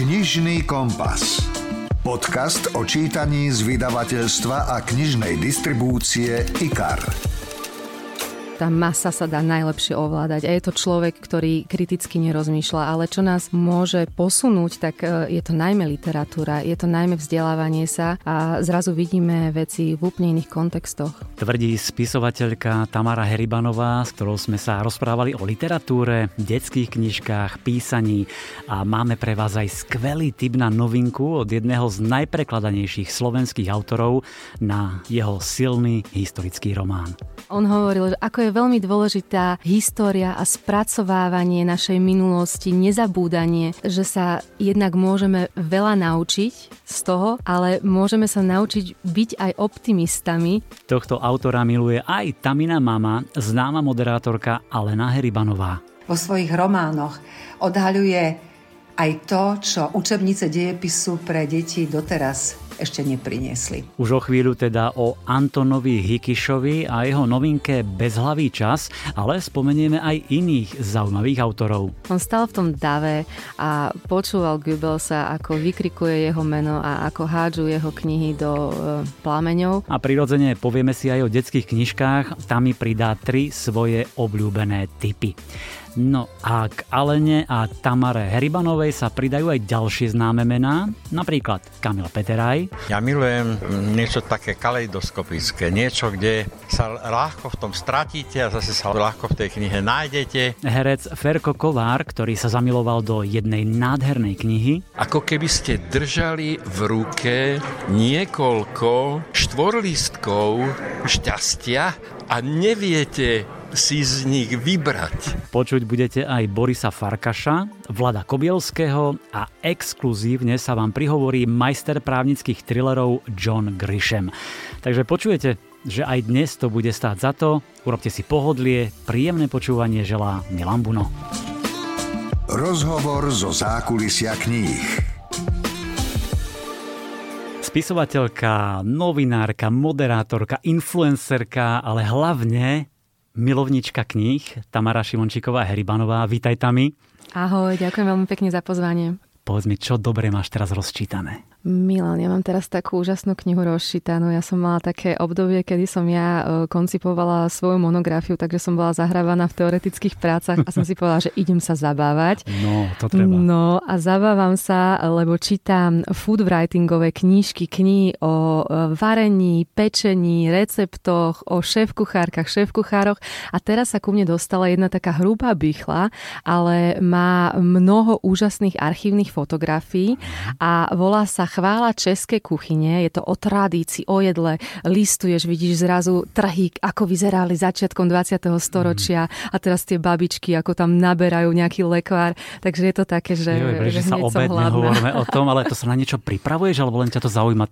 Knižný kompas. Podcast o čítaní z vydavateľstva a knižnej distribúcie IKAR. Tá masa sa dá najlepšie ovládať a je to človek, ktorý kriticky nerozmýšľa, ale čo nás môže posunúť, tak je to najmä literatúra, je to najmä vzdelávanie sa a zrazu vidíme veci v úplne iných kontextoch. Tvrdí spisovateľka Tamara Heribanová, s ktorou sme sa rozprávali o literatúre, detských knižkách, písaní a máme pre vás aj skvelý tip na novinku od jedného z najprekladanejších slovenských autorov na jeho silný historický román. On hovoril, že ako je veľmi dôležitá história a spracovávanie našej minulosti, nezabúdanie, že sa jednak môžeme veľa naučiť z toho, ale môžeme sa naučiť byť aj optimistami. Tohto autora miluje aj Tamina mama, známa moderátorka Alena Heribanová. Vo svojich románoch odhaľuje aj to, čo učebnice dejepisu pre deti doteraz ešte nepriniesli. Už o chvíľu teda o Antonovi Hikišovi a jeho novinke Bezhlavý čas, ale spomenieme aj iných zaujímavých autorov. On stal v tom dave a počúval Goebbelsa, ako vykrikuje jeho meno a ako hádžu jeho knihy do plameňov. A prirodzene povieme si aj o detských knižkách, tam mi pridá 3 svoje obľúbené tipy. No a k Alene a Tamare Heribanovej sa pridajú aj ďalšie známe mená, napríklad Kamila Peteraj. Ja milujem niečo také kaleidoskopické, niečo, kde sa ľahko v tom stratíte a zase sa ľahko v tej knihe nájdete. Herec Ferko Kovár, ktorý sa zamiloval do jednej nádhernej knihy. Ako keby ste držali v ruke niekoľko štvorlístkov šťastia a neviete si z nich vybrať. Počuť budete aj Borisa Farkaša, Vlada Kobielského a exkluzívne sa vám prihovorí majster právnických thrillerov John Grisham. Takže počujete, že aj dnes to bude stáť za to. Urobte si pohodlie, príjemné počúvanie želá Milan Buno. Rozhovor zo zákulisia kníh. Spisovateľka, novinárka, moderátorka, influencerka, ale hlavne milovnička kníh, Tamara Šimončíková Heribanová. Vítaj, Tami. Ahoj, ďakujem veľmi pekne za pozvanie. Povedz mi, čo dobre máš teraz rozčítané? Milan, ja mám teraz takú úžasnú knihu rozčítanú. Ja som mala také obdobie, kedy som ja koncipovala svoju monografiu, takže som bola zahrávaná v teoretických prácach a som si povedala, že idem sa zabávať. No, to treba. No a zabávam sa, lebo čítam food writingové knižky, knihy o varení, pečení, receptoch, o šéfkuchárkach, šéfkuchároch a teraz sa ku mne dostala jedna taká hrubá bychla, ale má mnoho úžasných archívnych fotografií a volá sa Chvála českej kuchyne, je to o tradícii, o jedle, listuješ, vidíš zrazu trhy, ako vyzerali začiatkom 20. storočia a teraz tie babičky, ako tam naberajú nejaký lekvár, takže je to také, že sa obedne hovoríme o tom, ale to sa na niečo pripravuješ, alebo len ťa to zaujíma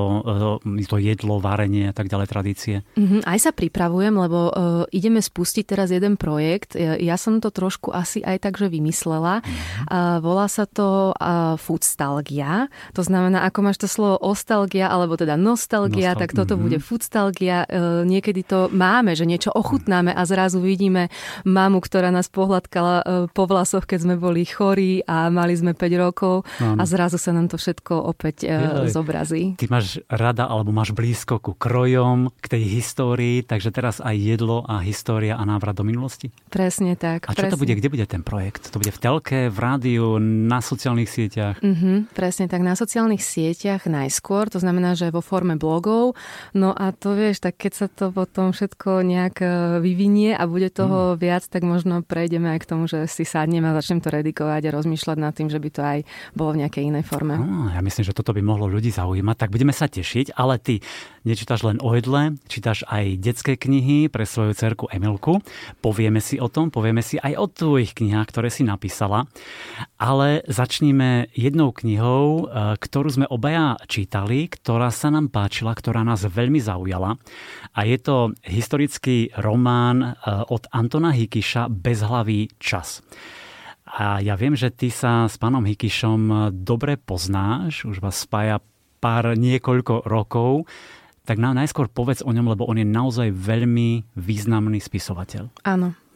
to jedlo, varenie a tak ďalej, tradície? Aj sa pripravujem, lebo ideme spustiť teraz jeden projekt. Ja som to trošku asi aj tak, že vymyslela. Volá sa to Foodstalgia. To znamená, ako máš to slovo ostalgia, alebo teda nostalgia, tak toto bude foodstalgia. Niekedy to máme, že niečo ochutnáme a zrazu vidíme mamu, ktorá nás pohľadkala po vlasoch, keď sme boli chorí a mali sme 5 rokov a zrazu sa nám to všetko opäť zobrazí. Ty máš rada, alebo máš blízko ku krojom, k tej histórii, takže teraz aj jedlo a história a návrat do minulosti? Presne tak. A čo to bude? Kde bude ten projekt? To bude v telke, v rádiu, na sociálnych sieťach? Presne tak, na sociálnych sieťach najskôr, to znamená, že vo forme blogov. No a to vieš, tak keď sa to potom všetko nejak vyvinie a bude toho viac, tak možno prejdeme aj k tomu, že si sadneme a začnem to redigovať a rozmýšľať nad tým, že by to aj bolo v nejakej inej forme. Ja myslím, že toto by mohlo ľudí zaujímať, tak budeme sa tešiť, ale ty nečítaš len o jedle, čítaš aj detské knihy pre svoju dcerku Emilku. Povieme si o tom, povieme si aj o tvojich knihách, ktoré si napísala, ale začníme jednou knihou, ktorú sme obaja čítali, ktorá sa nám páčila, ktorá nás veľmi zaujala. A je to historický román od Antona Hikiša Bezhlavý čas. A ja viem, že ty sa s pánom Hikišom dobre poznáš, už vás spája niekoľko rokov. Tak nám najskôr povedz o ňom, lebo on je naozaj veľmi významný spisovateľ. Áno.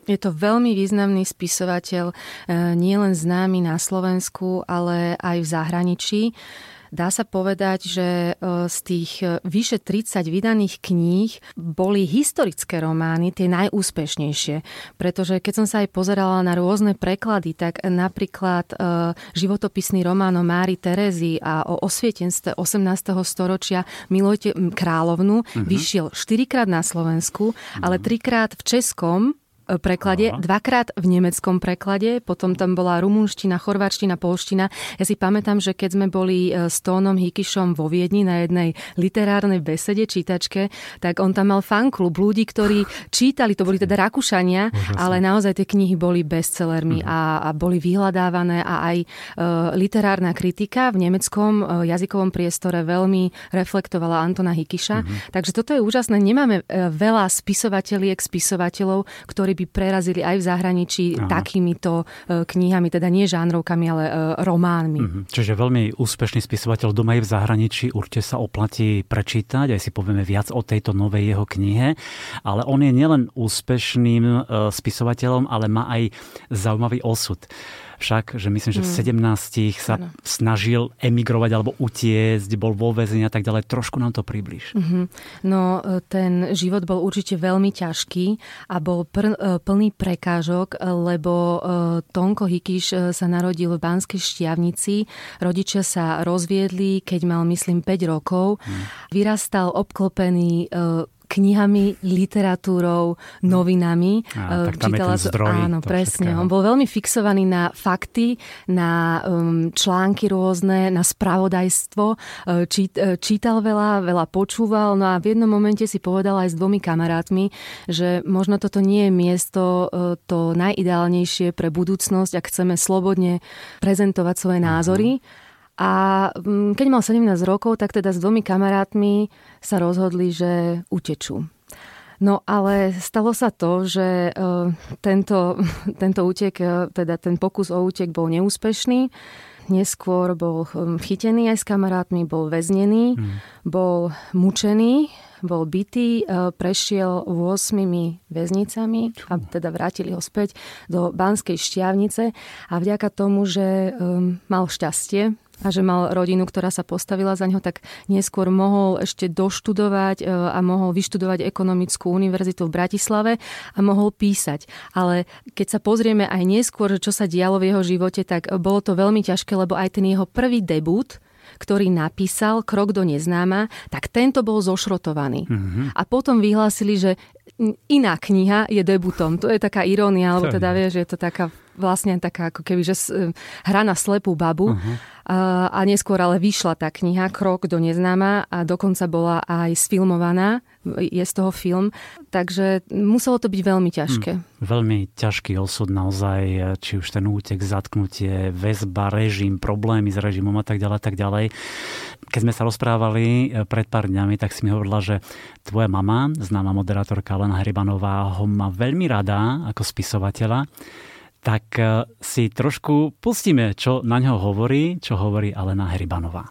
Je to veľmi významný spisovateľ, nielen známy na Slovensku, ale aj v zahraničí. Dá sa povedať, že z tých vyše 30 vydaných kníh boli historické romány tie najúspešnejšie. Pretože keď som sa aj pozerala na rôzne preklady, tak napríklad životopisný román o Márii Terézii a o osvietenstve 18. storočia Milujte kráľovnu vyšiel 4-krát na Slovensku, ale 3-krát v českom preklade, 2-krát v nemeckom preklade, potom tam bola rumunština, chorváčtina, poľština. Ja si pamätám, že keď sme boli s Tónom Hikišom vo Viedni na jednej literárnej besede, čítačke, tak on tam mal fanklub ľudí, ktorí čítali, to boli teda Rakúšania, ale naozaj tie knihy boli bestsellermi a boli vyhľadávané a aj literárna kritika v nemeckom jazykovom priestore veľmi reflektovala Antona Hikiša. Takže toto je úžasné. Nemáme veľa spisovateľiek, spisovateľov, ktorí by prerazili aj v zahraničí takýmito knihami, teda nie žánrovkami, ale románmi. Čiže veľmi úspešný spisovateľ doma aj v zahraničí, určite sa oplatí prečítať, aj si povieme viac o tejto novej jeho knihe, ale on je nielen úspešným spisovateľom, ale má aj zaujímavý osud. Však, že myslím, že v 17 sa snažil emigrovať alebo utiecť, bol vo väzení a tak ďalej. Trošku nám to približ. No, ten život bol určite veľmi ťažký a bol plný prekážok, lebo Tonko Hikiš sa narodil v Banskej Štiavnici. Rodičia sa rozviedli, keď mal, myslím, 5 rokov. Vyrastal obklopený knihami, literatúrou, novinami. Tak tam je ten zdroj. Áno, presne. Všetkého. On bol veľmi fixovaný na fakty, na články rôzne, na spravodajstvo. Čítal veľa počúval. No a v jednom momente si povedal aj s 2 kamarátmi, že možno toto nie je miesto to najideálnejšie pre budúcnosť, ak chceme slobodne prezentovať svoje názory. A keď mal 17 rokov, tak teda s 2 kamarátmi sa rozhodli, že utečú. No ale stalo sa to, že tento útek, teda ten pokus o útek bol neúspešný. Neskôr bol chytený aj s kamarátmi, bol väznený, bol mučený, bol bitý, prešiel 8 väznicami a teda vrátili ho späť do Banskej Štiavnice a vďaka tomu, že mal šťastie a že mal rodinu, ktorá sa postavila za neho, tak neskôr mohol ešte doštudovať a mohol vyštudovať ekonomickú univerzitu v Bratislave a mohol písať. Ale keď sa pozrieme aj neskôr, čo sa dialo v jeho živote, tak bolo to veľmi ťažké, lebo aj ten jeho prvý debut, ktorý napísal Krok do neznáma, tak tento bol zošrotovaný. A potom vyhlásili, že iná kniha je debutom. To je taká irónia, alebo teda vieš, že je to taká vlastne taká ako keby, že hra na slepú babu. A neskôr ale vyšla tá kniha Krok do neznáma a dokonca bola aj sfilmovaná. Je z toho film. Takže muselo to byť veľmi ťažké. Veľmi ťažký osud naozaj, či už ten útek, zatknutie, väzba, režim, problémy s režimom a tak ďalej, tak ďalej. Keď sme sa rozprávali pred pár dňami, tak si mi hovorila, že tvoja mama, známa moderátorka Lena Hribanová, ho má veľmi rada ako spisovateľa. Tak si trošku pustíme, čo na ňo hovorí, čo hovorí Alena Hribanová.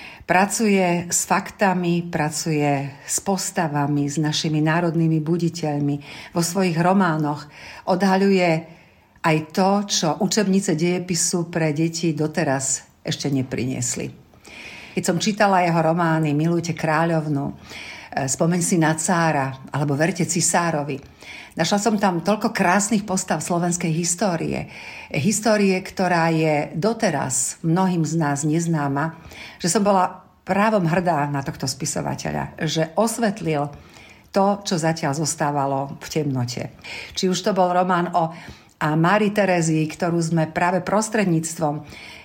Pracuje s faktami, pracuje s postavami, s našimi národnými buditeľmi. Vo svojich románoch odhaľuje aj to, čo učebnice dejepisu pre deti doteraz ešte nepriniesli. Keď som čítala jeho romány Milujte kráľovnu, Spomeň si na cára alebo Verte cisárovi, našla som tam toľko krásnych postav slovenskej histórie. Histórie, ktorá je doteraz mnohým z nás neznáma, že som bola právom hrdá na tohto spisovateľa, že osvetlil to, čo zatiaľ zostávalo v temnote. Či už to bol román o Márii Terézii, ktorú sme práve prostredníctvom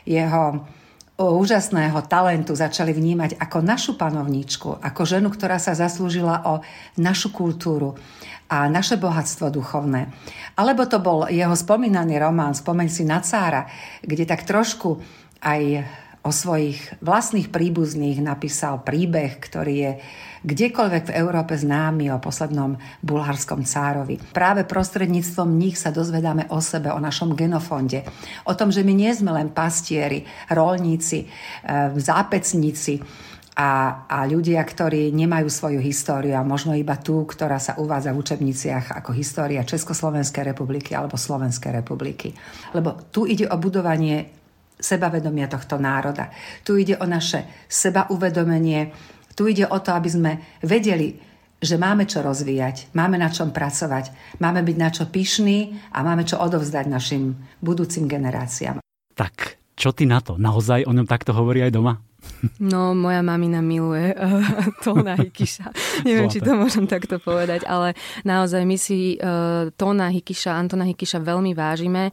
jeho úžasného talentu začali vnímať ako našu panovníčku, ako ženu, ktorá sa zaslúžila o našu kultúru a naše bohatstvo duchovné. Alebo to bol jeho spomínaný román Spomeň si na cára, kde tak trošku aj o svojich vlastných príbuzných napísal príbeh, ktorý je kdekoľvek v Európe známy o poslednom bulharskom cárovi. Práve prostredníctvom nich sa dozvedáme o sebe, o našom genofonde, o tom, že my nie sme len pastieri, roľníci, zápecníci, a ľudia, ktorí nemajú svoju históriu a možno iba tú, ktorá sa uvádza v učebniciach ako história Československej republiky alebo Slovenskej republiky. Lebo tu ide o budovanie sebavedomia tohto národa. Tu ide o naše sebauvedomenie. Tu ide o to, aby sme vedeli, že máme čo rozvíjať, máme na čom pracovať, máme byť na čo pyšní a máme čo odovzdať našim budúcim generáciám. Tak, čo ty na to? Naozaj o ňom takto hovorí aj doma? No, moja mamina miluje Tóna Hikiša. Neviem, či to môžem takto povedať, ale naozaj my si Tóna Hikiša, Antona Hikiša veľmi vážime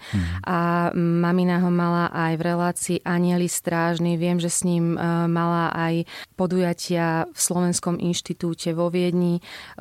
a mamina ho mala aj v relácii Anieli strážni. Viem, že s ním mala aj podujatia v Slovenskom inštitúte vo Viedni.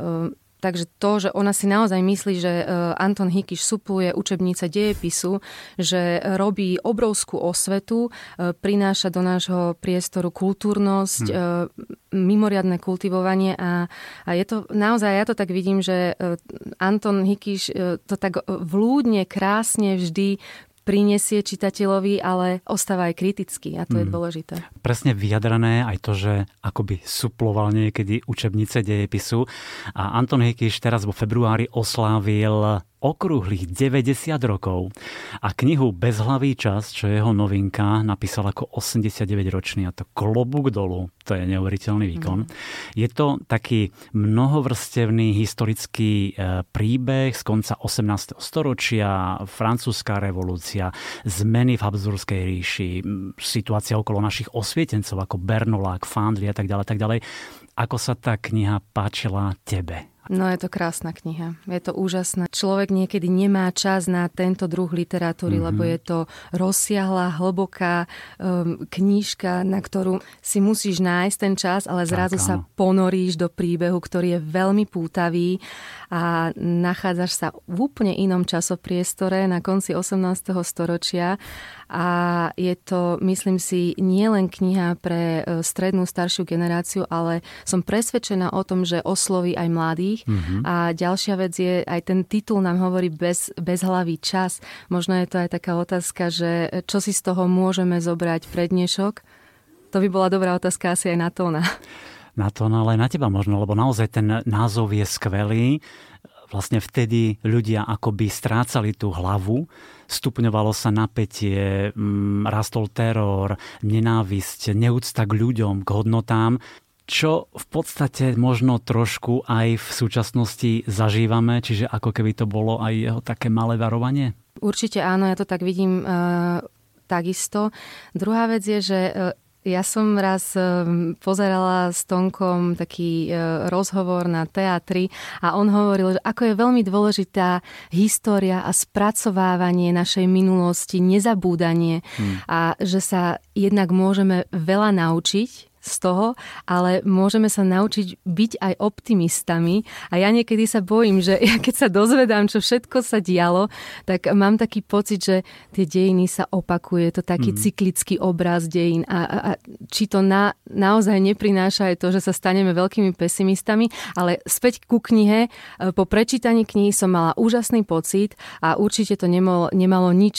Takže to, že ona si naozaj myslí, že Anton Hikiš supluje učebnice dejepisu, že robí obrovskú osvetu, prináša do nášho priestoru kultúrnosť, mimoriadne kultivovanie a je to naozaj, ja to tak vidím, že Anton Hikiš to tak vľúdne, krásne vždy prinesie čitateľovi, ale ostáva aj kritický a to je dôležité. Presne vyjadrené aj to, že akoby suploval niekedy učebnice dejepisu a Anton Hikiš teraz vo februári oslávil okrúhlych 90 rokov a knihu Bezhlavý čas, čo je jeho novinka, napísal ako 89-ročný a to klobúk dolu, to je neuveriteľný výkon. Je to taký mnohovrstevný historický príbeh z konca 18. storočia, francúzska revolúcia, zmeny v Habsburskej ríši, situácia okolo našich osvietencov ako Bernolák, Fandry a tak ďalej. Ako sa tá kniha páčila tebe? No je to krásna kniha. Je to úžasná. Človek niekedy nemá čas na tento druh literatúry, lebo je to rozsiahla, hlboká knižka, na ktorú si musíš nájsť ten čas, ale zrazu sa ponoríš do príbehu, ktorý je veľmi pútavý a nachádzaš sa v úplne inom časopriestore na konci 18. storočia a je to, myslím si, nielen kniha pre strednú, staršiu generáciu, ale som presvedčená o tom, že osloví aj mladých. A ďalšia vec je, aj ten titul nám hovorí bezhlavý čas. Možno je to aj taká otázka, že čo si z toho môžeme zobrať pre dnešok? To by bola dobrá otázka asi aj na Tóna. Na Tóna, ale aj na teba možno, lebo naozaj ten názov je skvelý. Vlastne vtedy ľudia akoby strácali tú hlavu, stupňovalo sa napätie, rastol teror, nenávisť, neúcta k ľuďom, k hodnotám, čo v podstate možno trošku aj v súčasnosti zažívame, čiže ako keby to bolo aj jeho také malé varovanie? Určite áno, ja to tak vidím takisto. Druhá vec je, že ja som raz pozerala s Tonkom taký rozhovor na teatri a on hovoril, že ako je veľmi dôležitá história a spracovávanie našej minulosti, nezabúdanie a že sa jednak môžeme veľa naučiť z toho, ale môžeme sa naučiť byť aj optimistami a ja niekedy sa bojím, že ja keď sa dozvedám, čo všetko sa dialo, tak mám taký pocit, že tie dejiny sa opakuje, to taký cyklický obraz dejín a či to naozaj neprináša aj to, že sa staneme veľkými pesimistami, ale späť ku knihe, po prečítaní knihy som mala úžasný pocit a určite to nemalo nič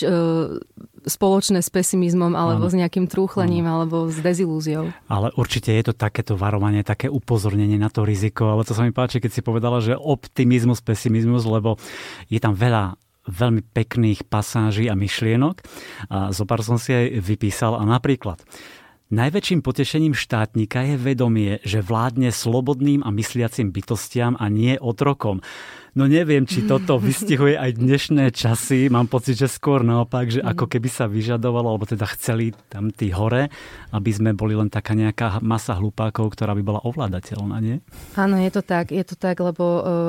spoločné s pesimizmom alebo s nejakým trúchlením alebo s dezilúziou. Ale určite je to takéto varovanie, také upozornenie na to riziko, ale to sa mi páči, keď si povedala, že optimizmus, pesimizmus, lebo je tam veľa veľmi pekných pasáží a myšlienok a zopár som si aj vypísal a napríklad najväčším potešením štátnika je vedomie, že vládne slobodným a mysliacim bytostiam a nie otrokom. No neviem, či toto vystihuje aj dnešné časy. Mám pocit, že skôr naopak, že ako keby sa vyžadovalo, alebo teda chceli tam tí hore, aby sme boli len taká nejaká masa hlupákov, ktorá by bola ovládateľná, nie? Áno, je to tak, lebo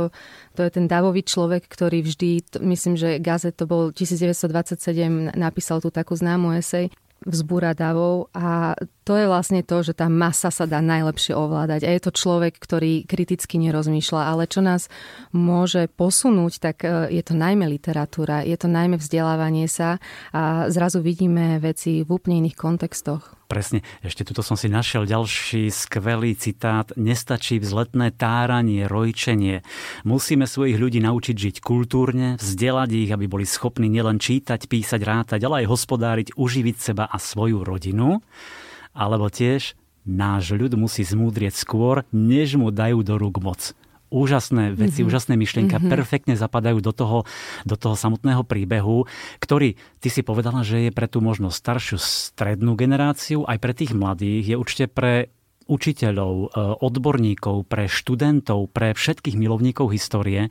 to je ten davový človek, ktorý vždy, myslím, že Gazet to bol 1927, napísal tú takú známu esej, vzbúra davov a to je vlastne to, že tá masa sa dá najlepšie ovládať a je to človek, ktorý kriticky nerozmýšľa, ale čo nás môže posunúť, tak je to najmä literatúra, je to najmä vzdelávanie sa a zrazu vidíme veci v úplne iných kontextoch. Presne, ešte tuto som si našiel ďalší skvelý citát. Nestačí vzletné táranie, rojčenie. Musíme svojich ľudí naučiť žiť kultúrne, vzdelať ich, aby boli schopní nielen čítať, písať, rátať, ale aj hospodáriť, uživiť seba a svoju rodinu. Alebo tiež náš ľud musí zmúdrieť skôr, než mu dajú do rúk moc. Úžasné veci, úžasné myšlienka, perfektne zapadajú do toho samotného príbehu, ktorý, ty si povedala, že je pre tú možno staršiu strednú generáciu, aj pre tých mladých, je určite pre učiteľov, odborníkov, pre študentov, pre všetkých milovníkov histórie,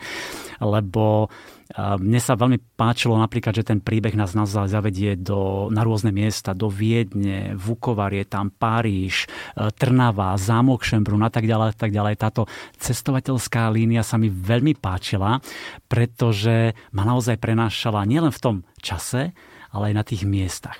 lebo mne sa veľmi páčilo napríklad, že ten príbeh nás naozaj zavedie na rôzne miesta, do Viedne, Vukovar je tam, Paríž, Trnava, zámok Schönbrunn a tak ďalej. Táto cestovateľská línia sa mi veľmi páčila, pretože ma naozaj prenášala nielen v tom čase, ale aj na tých miestach.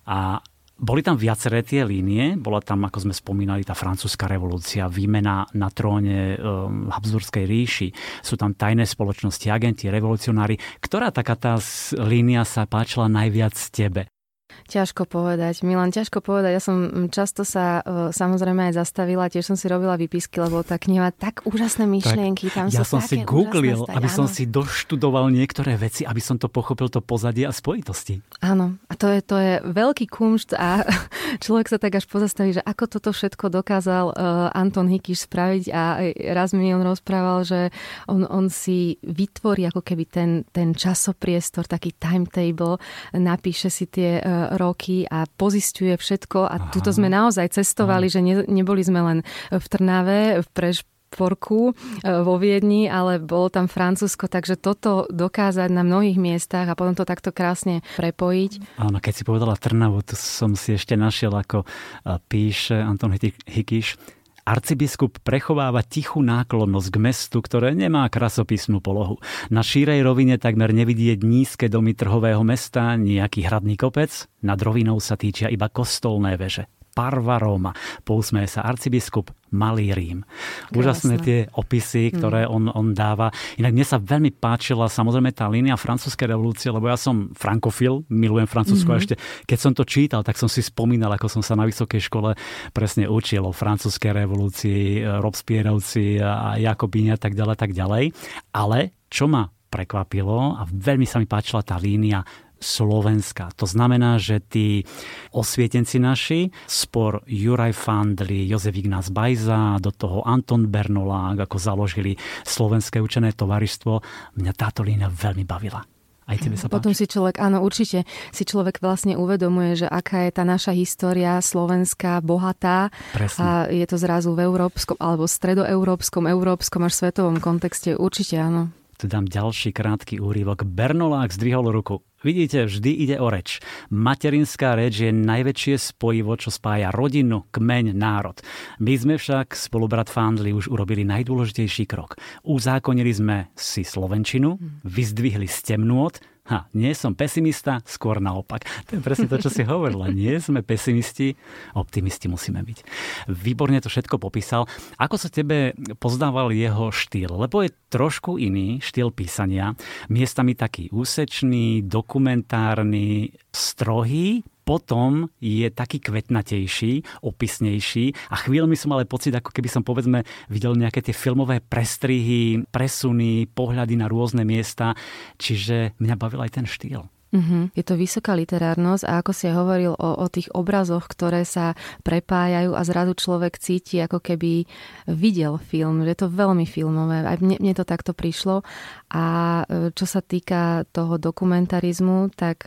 A boli tam viaceré tie línie, bola tam, ako sme spomínali, tá francúzska revolúcia, výmena na tróne Habsburskej ríši, sú tam tajné spoločnosti, agenti, revolucionári. Ktorá taká tá línia sa páčila najviac tebe? Ťažko povedať, Milan, ťažko povedať. Ja som často sa samozrejme aj zastavila, tiež som si robila výpisky, lebo tá kniha má tak úžasné myšlienky. Tam ja sú som si googlil, aby som si doštudoval niektoré veci, aby som to pochopil, to pozadie a spojitosti. Áno, a to je veľký kumšt a človek sa tak až pozastaví, že ako toto všetko dokázal Anton Hikiš spraviť a raz mi on rozprával, že on si vytvorí ako keby ten časopriestor, taký timetable, napíše si tie roky a pozisťuje všetko a tuto sme naozaj cestovali, že neboli sme len v Trnave, v Prešporku, vo Viedni, ale bolo tam Francúzsko, takže toto dokázať na mnohých miestach a potom to takto krásne prepojiť. Áno, keď si povedala Trnavu, to som si ešte našiel, ako píše Anton Hikiš. Arcibiskup prechováva tichú náklonnosť k mestu, ktoré nemá krasopisnú polohu. Na šírej rovine takmer nevidieť nízke domy trhového mesta, nejaký hradný kopec, nad rovinou sa týčia iba kostolné veže. Parva Róma. Pousmeje sa arcibiskup, Malý Rím. Úžasné tie opisy, ktoré on dáva. Inak mne sa veľmi páčila samozrejme tá línia francúzskej revolúcie, lebo ja som frankofil, milujem Francúzsko a ešte keď som to čítal, tak som si spomínal, ako som sa na vysokej škole presne učil o francúzskej revolúcii, Robespierrovci a Jakobíni a tak ďalej. Ale čo ma prekvapilo a veľmi sa mi páčila tá línia Slovenska. To znamená, že tí osvietenci naši, spor Juraj Fandli, Jozef Ignác Bajza, do toho Anton Bernolák, ako založili Slovenské učené tovaristvo, mňa táto línia veľmi bavila. Aj tebe sa páči? Potom si človek, áno, určite si človek vlastne uvedomuje, že aká je tá naša história slovenská, bohatá. Presne. A je to zrazu v európskom, alebo stredoeurópskom, európskom až svetovom kontexte. Určite áno. Tu dám ďalší krátky úryvok. Bernolák zdvihol ruku. Vidíte, vždy ide o reč. Materinská reč je najväčšie spojivo, čo spája rodinu, kmeň, národ. My sme však, spolubrat Fandli, už urobili najdôležitejší krok. Uzákonili sme si slovenčinu, vyzdvihli stemnôt. Nie som pesimista, skôr naopak. To je presne to, čo si hovorila. Nie sme pesimisti, optimisti musíme byť. Výborne to všetko popísal. Ako sa tebe pozdával jeho štýl? Lebo je trošku iný štýl písania. Miestami taký úsečný, dokumentárny, strohý, potom je taký kvetnatejší, opisnejší a chvíľmi som ale pocit, ako keby som povedzme videl nejaké tie filmové prestrihy, presuny, pohľady na rôzne miesta, čiže mňa bavil aj ten štýl. Je to vysoká literárnosť a ako si hovoril o tých obrazoch, ktoré sa prepájajú a zrazu človek cíti, ako keby videl film. Je to veľmi filmové. Aj mne to takto prišlo. A čo sa týka toho dokumentarizmu, tak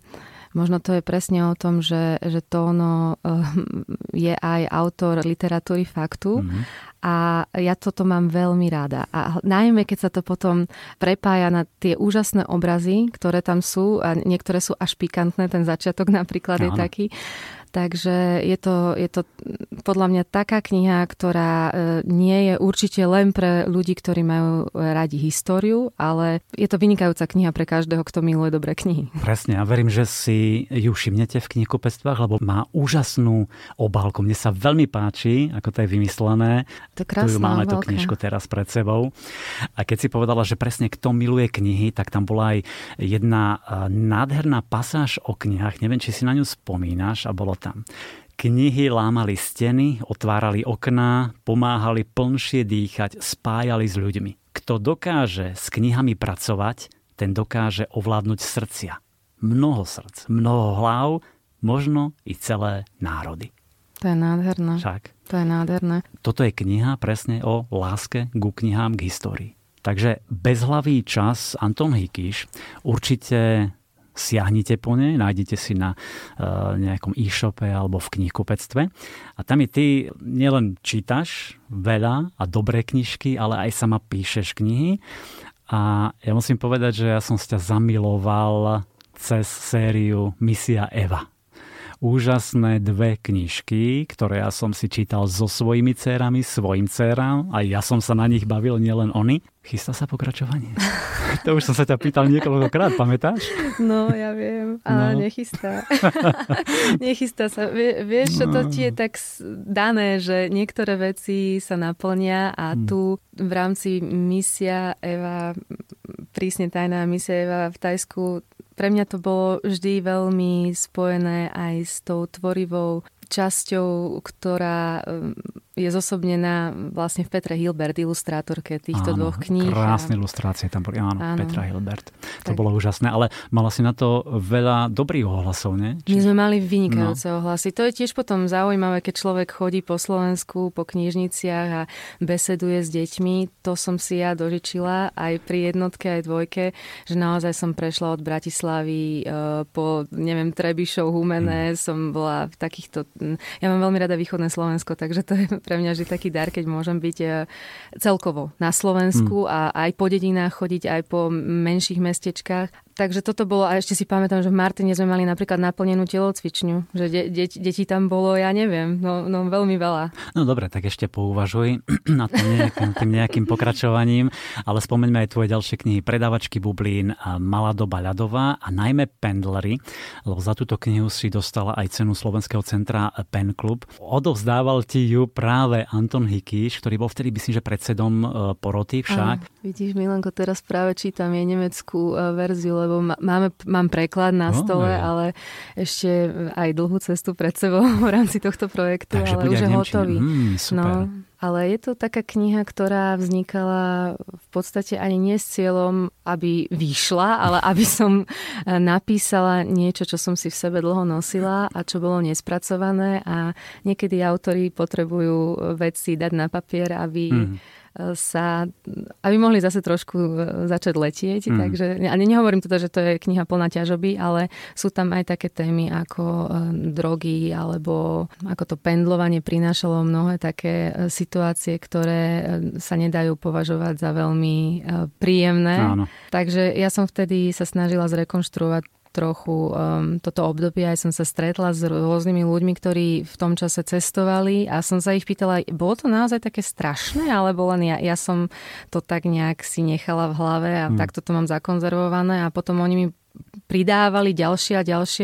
možno to je presne o tom, že Tóno je aj autor literatúry faktu a ja toto mám veľmi rada. A najmä, keď sa to potom prepája na tie úžasné obrazy, ktoré tam sú a niektoré sú až pikantné, ten začiatok napríklad je taký. Takže je to podľa mňa taká kniha, ktorá nie je určite len pre ľudí, ktorí majú radi históriu, ale je to vynikajúca kniha pre každého, kto miluje dobré knihy. Presne, a verím, že si ju všimnete v knihkupectvách, lebo má úžasnú obálku. Mne sa veľmi páči, ako to je vymyslené. To krásna máme obálka. tú knižku teraz pred sebou. A keď si povedala, že presne kto miluje knihy, tak tam bola aj jedna nádherná pasáž o knihách. Neviem, či si na ňu spomínaš, a bolo tam. Knihy lámali steny, otvárali okná, pomáhali plnšie dýchať, spájali s ľuďmi. Kto dokáže s knihami pracovať, ten dokáže ovládnuť srdcia. Mnoho srdc, mnoho hlav, možno i celé národy. To je nádherné. Však. To je nádherné. Toto je kniha presne o láske ku knihám, k histórii. Takže Bezhlavý čas, Anton Hikiš, určite siahnite po nej, nájdete si na nejakom e-shope alebo v knihkupectve. A tam ty nielen čítaš veľa a dobré knižky, ale aj sama píšeš knihy. A ja musím povedať, že ja som sa ťa zamiloval cez sériu Misia Eva. Úžasné 2 knižky, ktoré ja som si čítal so svojimi dcérami, svojim dcéram, a ja som sa na nich bavil, nielen oni. Chystá sa pokračovanie? To už som sa ťa pýtal niekoľkokrát, pamätáš? No, ja viem, ale nechystá. Nechystá sa. Vieš, čo to ti je tak dané, že niektoré veci sa naplnia a tu v rámci Misia Eva, prísne tajná Misia Eva v Thajsku, pre mňa to bolo vždy veľmi spojené aj s tou tvorivou časťou, ktorá je zosobnená vlastne v Petre Hilbert, ilustrátorke týchto 2 kníh. Krásne ilustrácie tam boli, áno. Petra Hilbert. To bolo úžasné, ale mala si na to veľa dobrých ohlasov, nie? My sme mali vynikajúce ohlasy. To je tiež potom zaujímavé, keď človek chodí po Slovensku, po knižniciach a beseduje s deťmi. To som si ja dožičila aj pri 1, aj 2, že naozaj som prešla od Bratislavy po, Trebišov, Humenné, som bola v takýchto... Ja mám veľmi rada východné Slovensko, takže to je pre mňa vždy taký dar, keď môžem byť celkovo na Slovensku a aj po dedinách chodiť, aj po menších mestečkách. Takže toto bolo, a ešte si pamätám, že v Martine sme mali napríklad naplnenú telocvičňu, že deti tam bolo, ja neviem, no veľmi veľa. No dobre, tak ešte pouvažuj nad tým nejakým pokračovaním, ale spomeňme aj tvoje ďalšie knihy Predávačky bublín, Malá doba ľadová a najmä Pendlery, lebo za túto knihu si dostala aj cenu Slovenského centra Pen Club. Odovzdával ti ju práve Anton Hikiš, ktorý bol vtedy, myslím, že predsedom poroty však. Vidíš, Milanko, teraz práve čítam jej nemeckú verziu, lebo mám preklad na stole, ale ešte aj dlhú cestu pred sebou v rámci tohto projektu, takže ale už je hotový. Super. Ale je to taká kniha, ktorá vznikala v podstate ani nie s cieľom, aby vyšla, ale aby som napísala niečo, čo som si v sebe dlho nosila a čo bolo nespracované, a niekedy autori potrebujú veci dať na papier, aby mohli zase trošku začať letieť. Takže, a nehovorím teda, že to je kniha plná ťažoby, ale sú tam aj také témy ako drogy, alebo ako to pendlovanie prinášalo mnohé také situácie, ktoré sa nedajú považovať za veľmi príjemné. Áno. Takže ja som vtedy sa snažila zrekonštruovať trochu toto obdobie. Aj som sa stretla s rôznymi ľuďmi, ktorí v tom čase cestovali, a som sa ich pýtala, bolo to naozaj také strašné, alebo len ja som to tak nejak si nechala v hlave a takto to mám zakonzervované, a potom oni mi pridávali ďalšie a ďalšie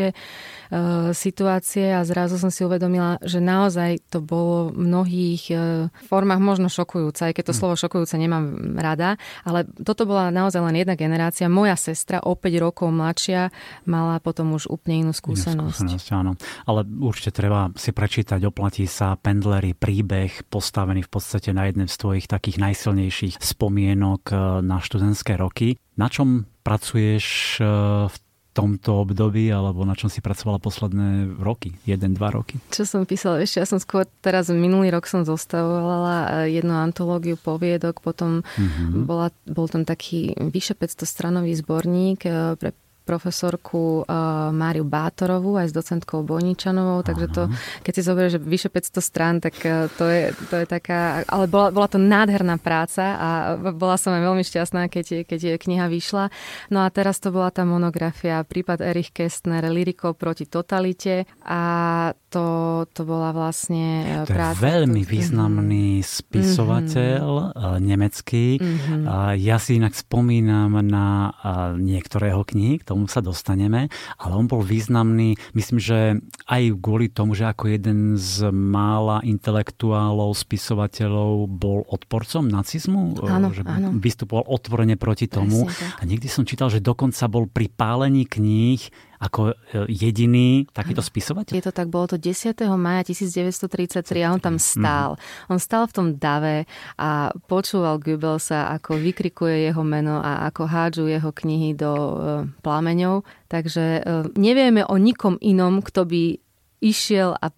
situácie a zrazu som si uvedomila, že naozaj to bolo v mnohých formách možno šokujúce, aj keď to slovo šokujúce nemám rada, ale toto bola naozaj len jedna generácia. Moja sestra, o 5 rokov mladšia, mala potom už úplne inú skúsenosť. Áno. Ale určite treba si prečítať, oplatí sa, Pendlery, príbeh postavený v podstate na jednej z tvojich takých najsilnejších spomienok na študentské roky. Na čom pracuješ v tomto období, alebo na čom si pracovala posledné roky? 1-2 roky? Čo som písala? Ešte ja som skôr teraz minulý rok som zostavovala jednu antológiu poviedok, potom bol tam taký vyše 500 stranový zborník pre profesorku Máriu Bátorovú aj s docentkou Bojničanovou, takže to, keď si zoberieš, že vyše 500 strán, tak to je taká, ale bola to nádherná práca a bola som aj veľmi šťastná, keď kniha vyšla. No a teraz to bola tá monografia Prípad Erich Kästner, Lyrikov proti totalite, a to bola vlastne práca. To je veľmi významný spisovateľ nemecký. Ja si inak spomínam na niektoré jeho knihy, k tomu sa dostaneme, ale on bol významný, myslím, že aj kvôli tomu, že ako jeden z mála intelektuálov, spisovateľov bol odporcom nacizmu, že vystupoval otvorene proti tomu. A niekdy som čítal, že dokonca bol pri pálení kníh ako jediný takýto spisovateľ. Je to tak, bolo to 10. mája 1933 a on tam stál. On stál v tom dave a počúval Goebbelsa, ako vykrikuje jeho meno a ako hádžu jeho knihy do plameňov. Takže nevieme o nikom inom, kto by išiel a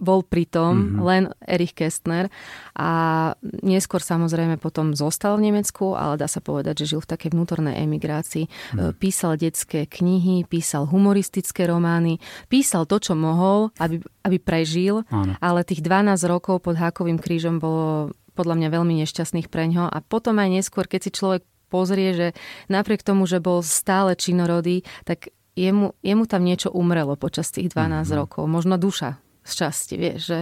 bol pritom len Erich Kästner a neskôr samozrejme potom zostal v Nemecku, ale dá sa povedať, že žil v takej vnútornej emigrácii. Písal detské knihy, písal humoristické romány, písal to, čo mohol, aby prežil, ale tých 12 rokov pod hákovým krížom bolo podľa mňa veľmi nešťastných preňho a potom aj neskôr, keď si človek pozrie, že napriek tomu, že bol stále činorodý, tak jemu tam niečo umrelo počas tých 12 rokov. Možno duša z časti, vieš. Že,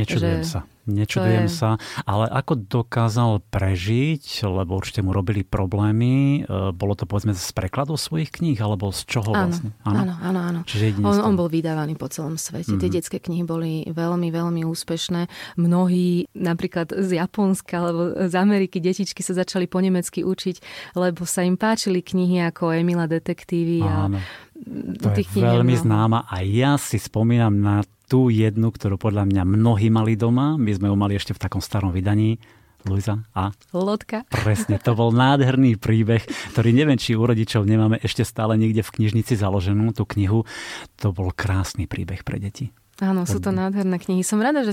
Nečudujem sa. Ale ako dokázal prežiť, lebo určite mu robili problémy, bolo to povedzme z prekladov svojich kníh, alebo z čoho vlastne? Áno. Čiže on bol vydávaný po celom svete. Tie detské knihy boli veľmi, veľmi úspešné. Mnohí napríklad z Japonska alebo z Ameriky detičky sa začali po nemecky učiť, lebo sa im páčili knihy ako Emila detektívy. Áno. To je veľmi známa a ja si spomínam na tú jednu, ktorú podľa mňa mnohí mali doma. My sme ju mali ešte v takom starom vydaní. Luisa a? Loďka. Presne, to bol nádherný príbeh, ktorý neviem, či u rodičov nemáme ešte stále niekde v knižnici založenú, tú knihu. To bol krásny príbeh pre deti. Áno, sú to nádherné knihy. Som rada,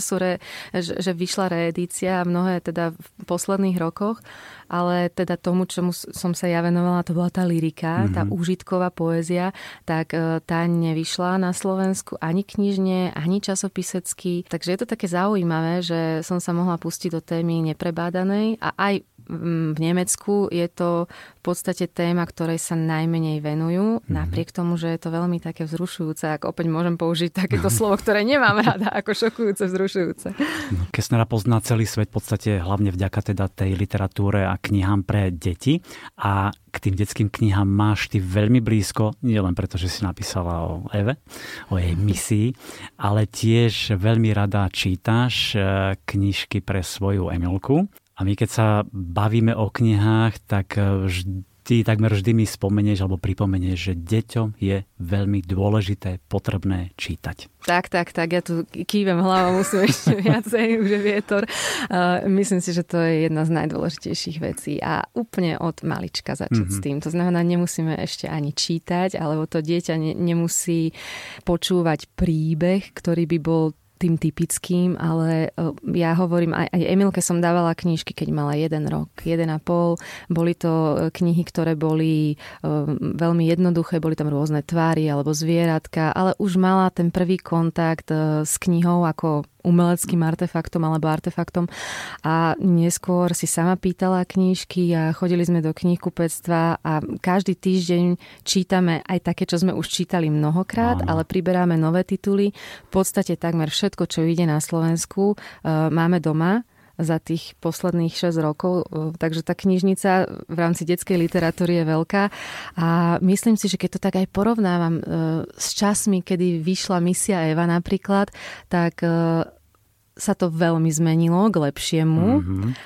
že vyšla reedícia mnohé teda v posledných rokoch, ale teda tomu, čomu som sa ja venovala, to bola tá lyrika, tá úžitková poézia, tak tá nevyšla na Slovensku ani knižne, ani časopisecky. Takže je to také zaujímavé, že som sa mohla pustiť do témy neprebádanej a aj v Nemecku je to v podstate téma, ktorej sa najmenej venujú, napriek tomu, že je to veľmi také vzrušujúce, ak opäť môžem použiť takéto slovo, ktoré nemám rada, ako šokujúce, vzrušujúce. Kästnera pozná celý svet v podstate hlavne vďaka teda tej literatúre a knihám pre deti a k tým detským knihám máš ty veľmi blízko, nielen preto, že si napísala o Eve, o jej misii, ale tiež veľmi rada čítaš knižky pre svoju Emilku. A my keď sa bavíme o knihách, tak takmer vždy mi spomenieš alebo pripomenieš, že deťom je veľmi dôležité, potrebné čítať. Tak, ja tu kývem hlavou, musím ešte viacej, už je vietor. Myslím si, že to je jedna z najdôležitejších vecí a úplne od malička začať s tým. To znamená, nemusíme ešte ani čítať, alebo to dieťa nemusí počúvať príbeh, ktorý by bol tým typickým, ale ja hovorím, aj Emilke som dávala knižky, keď mala 1 rok, 1,5. Boli to knihy, ktoré boli veľmi jednoduché, boli tam rôzne tvary alebo zvieratka, ale už mala ten prvý kontakt s knihou ako umeleckým artefaktom alebo artefaktom a neskôr si sama pýtala knižky a chodili sme do knihkupectva a každý týždeň čítame aj také, čo sme už čítali mnohokrát, ale priberáme nové tituly. V podstate takmer všetko, čo ide na Slovensku, máme doma za tých posledných 6 rokov. Takže tá knižnica v rámci detskej literatúry je veľká a myslím si, že keď to tak aj porovnávam s časmi, kedy vyšla Misia Eva napríklad, tak sa to veľmi zmenilo k lepšiemu.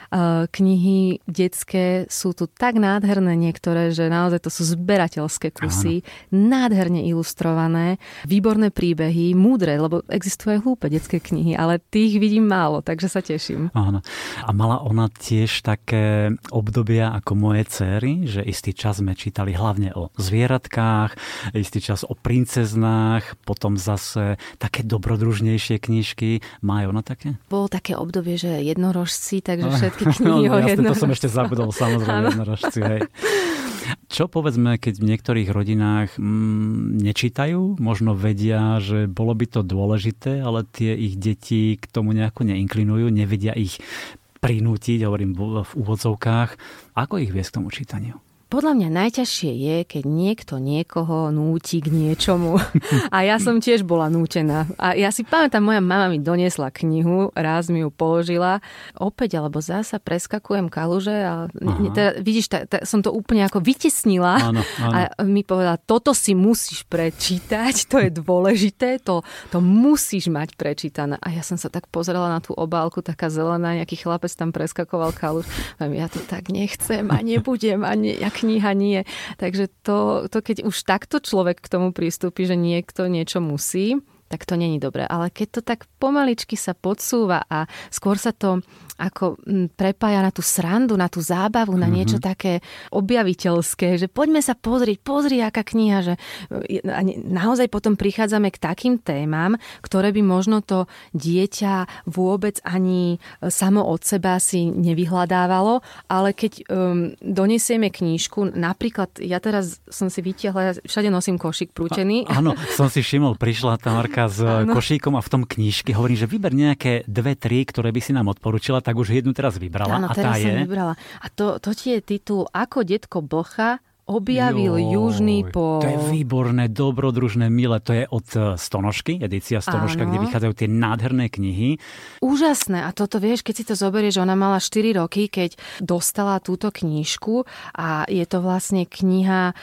Knihy detské sú tu tak nádherné niektoré, že naozaj to sú zberateľské kusy, nádherne ilustrované, výborné príbehy, múdre, lebo existujú aj hlúpe detské knihy, ale tých vidím málo, takže sa teším. Áno. A mala ona tiež také obdobia ako moje dcery, že istý čas sme čítali hlavne o zvieratkách, istý čas o princeznách, potom zase také dobrodružnejšie knižky. Má ona také? Bolo také obdobie, že jednorožci, takže všetky knihy o jednorožci. To som ešte zabudol, samozrejme, jednorožci, hej. Čo povedzme, keď v niektorých rodinách nečítajú, možno vedia, že bolo by to dôležité, ale tie ich deti k tomu nejako neinklinujú, nevedia ich prinútiť, hovorím v úvodzovkách. Ako ich viesť k tomu čítaniu? Podľa mňa najťažšie je, keď niekto niekoho núti k niečomu. A ja som tiež bola nútená. A ja si pamätám, moja mama mi doniesla knihu, raz mi ju položila. Opäť alebo zasa preskakujem kaluže a teda, vidíš, som to úplne ako vytesnila. Áno. A mi povedala, toto si musíš prečítať, to je dôležité, to musíš mať prečítané. A ja som sa tak pozrela na tú obálku, taká zelená, nejaký chlapec tam preskakoval kaluž. Ja to tak nechcem a nebudem a kniha nie. Takže to keď už takto človek k tomu pristúpi, že niekto niečo musí, tak to není dobré. Ale keď to tak pomaličky sa podsúva a skôr sa to ako prepája na tú srandu, na tú zábavu, na niečo také objaviteľské, že poďme sa pozrieť, pozri aká kniha, že naozaj potom prichádzame k takým témam, ktoré by možno to dieťa vôbec ani samo od seba si nevyhľadávalo, ale keď donesieme knížku, napríklad ja teraz som si vytiahla, všade nosím košík prútený. Áno, som si všimol, prišla Tamarka s košíkom a v tom knižke hovorím, že vyber nejaké 2-3, ktoré by si nám odporúčila, tak už jednu teraz vybrala. Áno, a teraz tá som je... vybrala. A to ti je titul Ako detko Blcha objavil južný pól. To je výborné, dobrodružné, milé. To je od Stonožky, edícia Stonožka, kde vychádzajú tie nádherné knihy. Úžasné. A toto vieš, keď si to zoberieš, že ona mala 4 roky, keď dostala túto knižku a je to vlastne kniha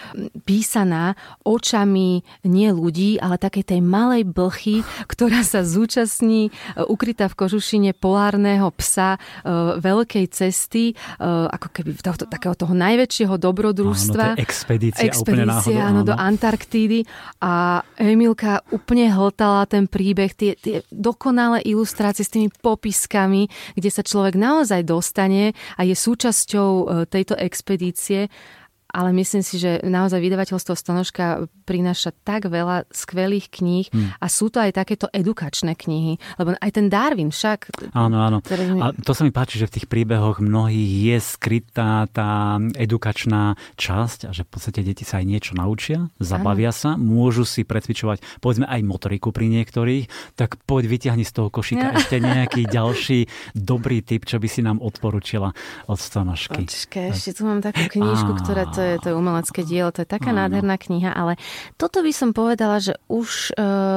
písaná očami nie ľudí, ale takej tej malej blchy, ktorá sa zúčastní ukrytá v kožušine polárneho psa veľkej cesty, ako keby takého toho najväčšieho dobrodružstva. Expedícia úplne náhodou. Áno, do Antarktídy a Emilka úplne hltala ten príbeh, tie dokonalé ilustrácie s tými popiskami, kde sa človek naozaj dostane a je súčasťou tejto expedície. Ale myslím si, že naozaj vydavateľstvo Stonožka prináša tak veľa skvelých kníh a sú to aj takéto edukačné knihy. Lebo aj ten Darwin však... Áno. A to sa mi páči, že v tých príbehoch mnohých je skrytá tá edukačná časť a že v podstate deti sa aj niečo naučia, zabavia sa, môžu si precvičovať povedzme aj motoriku pri niektorých, tak poď vyťahni z toho košíka ešte nejaký ďalší dobrý tip, čo by si nám odporúčila od Stonožky. Počkaj, ešte tu mám takú knižku, ktorá to je umelecké dielo, to je taká nádherná kniha, ale toto by som povedala, že už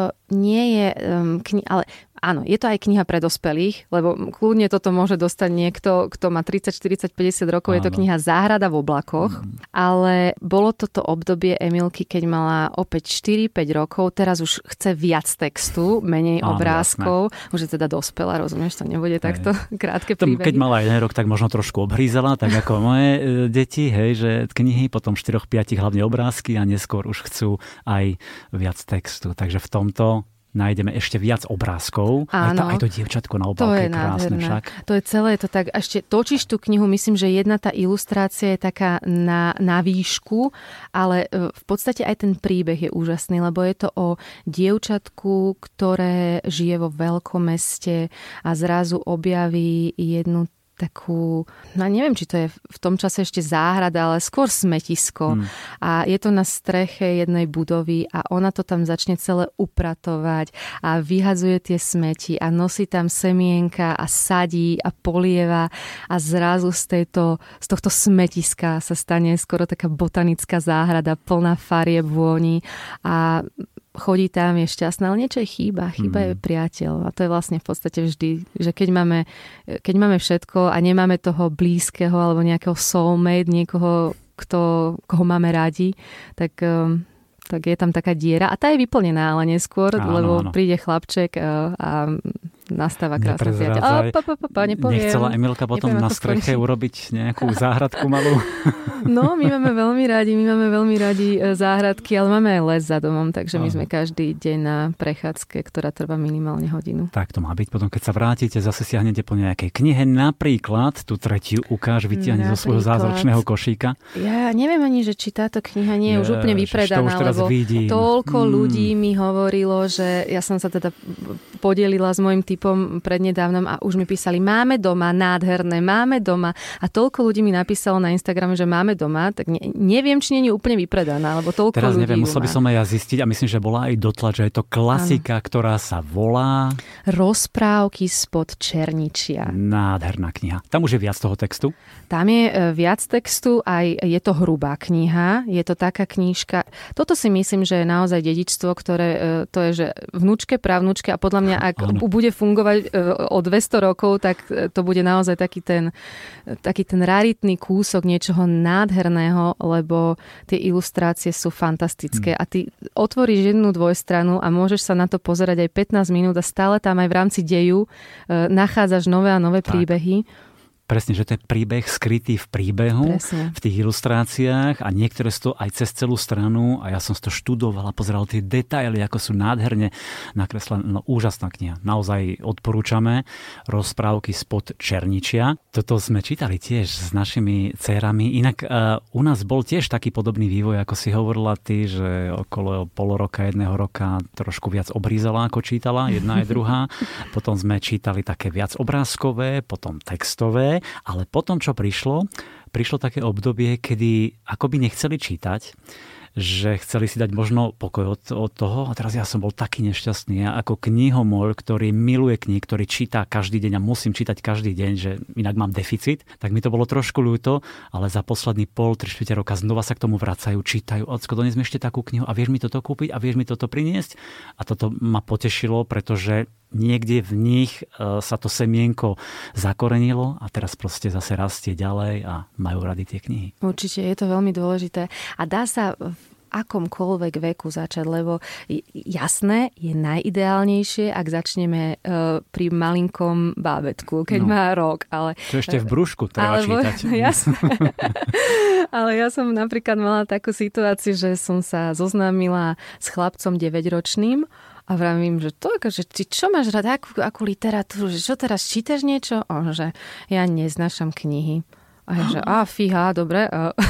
nie je kniha, ale áno, je to aj kniha pre dospelých, lebo kľudne toto môže dostať niekto, kto má 30, 40, 50 rokov. Je to kniha Záhrada v oblakoch, ale bolo toto obdobie Emilky, keď mala opäť 4-5 rokov, teraz už chce viac textu, menej obrázkov, už je teda dospelá, rozumieš, to nebude takto krátke príbehy. Keď mala 1 rok, tak možno trošku obhrízala, tak ako moje deti, hej, že knihy, potom 4-5 hlavne obrázky a neskôr už chcú aj viac textu. Takže v tomto nájdeme ešte viac obrázkov. Áno, aj to dievčatko na obálke je krásne však. To je celé to tak. Ešte točíš tú knihu, myslím, že jedna tá ilustrácia je taká na výšku, ale v podstate aj ten príbeh je úžasný, lebo je to o dievčatku, ktoré žije vo veľkom meste a zrazu objaví jednu takú, no neviem, či to je v tom čase ešte záhrada, ale skôr smetisko. A je to na streche jednej budovy a ona to tam začne celé upratovať a vyhadzuje tie smeti a nosí tam semienka a sadí a polieva a zrazu z tohto smetiska sa stane skoro taká botanická záhrada plná farieb, vôni a chodí tam, je šťastná, ale niečo je chýba je priateľ. A to je vlastne v podstate vždy, že keď máme všetko a nemáme toho blízkeho alebo nejakého soulmate, niekoho, koho máme radi, tak je tam taká diera a tá je vyplnená, ale neskôr, lebo príde chlapček a nastáva krásna priateľ. Nepoviem. Nechcela Emilka potom na streche urobiť nejakú záhradku malú? No, my máme veľmi radi záhradky, ale máme aj les za domom, takže my sme každý deň na prechádzke, ktorá trvá minimálne hodinu. Tak to má byť. Potom, keď sa vrátite, zase siahnete po nejakej knihe. Napríklad, tú tretiu ukáž, vytiahne zo svojho zázračného košíka. Ja neviem ani, že či táto kniha nie je už úplne vypredaná, lebo toľko ľudí mi hovorilo, že ja som sa teda podelila s mojím typom prednedávnom a už mi písali, máme doma, nádherné, máme doma. A toľko ľudí mi napísalo na Instagrame, že máme doma, tak neviem, či nie je úplne vypredaná, lebo toľko teraz ľudí. Teraz neviem, musel by som aj ja zistiť a myslím, že bola aj dotlač, že je to klasika, ktorá sa volá Rozprávky spod Černičia. Nádherná kniha. Tam už je viac toho textu? Tam je viac textu, aj je to hrubá kniha, je to taká knižka. Toto si myslím, že je naozaj dedičstvo, ktoré to je, že vnúčke, pravnúčke a podľa mňa, ak bude fungovať o 200 rokov, tak to bude naozaj taký ten raritný kúsok niečoho nádherného, lebo tie ilustrácie sú fantastické a ty otvoríš jednu dvojstranu a môžeš sa na to pozerať aj 15 minút a stále tam aj v rámci deju nachádzaš nové a nové príbehy. presne, že to je príbeh skrytý v príbehu, presne. V tých ilustráciách a niektoré sú to aj cez celú stranu a ja som si to študoval a pozeral tie detaily, ako sú nádherne nakreslené. No, úžasná kniha. Naozaj odporúčame. Rozprávky spod Černičia. Toto sme čítali tiež s našimi dcérami. Inak u nás bol tiež taký podobný vývoj, ako si hovorila ty, že okolo pol roka, 1 roka trošku viac obrízala, ako čítala, jedna aj druhá. Potom sme čítali také viac obrázkové, potom textové, ale potom, čo prišlo také obdobie, kedy akoby nechceli čítať, že chceli si dať možno pokoj od toho. A teraz ja som bol taký nešťastný. Ja ako knihomol, ktorý miluje knihy, ktorý číta každý deň a musím čítať každý deň, že inak mám deficit, tak mi to bolo trošku ľúto, ale za posledný 3/4 roka znova sa k tomu vracajú, čítajú. Ocko, dones mi ešte takú knihu a vieš mi toto kúpiť a vieš mi toto priniesť. A toto ma potešilo, pretože niekde v nich sa to semienko zakorenilo a teraz proste zase rastie ďalej a majú rady tie knihy. Určite, je to veľmi dôležité. A dá sa v akomkoľvek veku začať, lebo jasné, je najideálnejšie, ak začneme pri malinkom bábätku, keď má rok. Ale to ešte v brúšku treba čítať. Jasné. Ale ja som napríklad mala takú situáciu, že som sa zoznámila s chlapcom 9-ročným a vravím, že to, že ty čo máš rád, akú literatúru, že čo teraz čítaš niečo? On, že ja neznášam knihy. A ja, že fíha, dobre.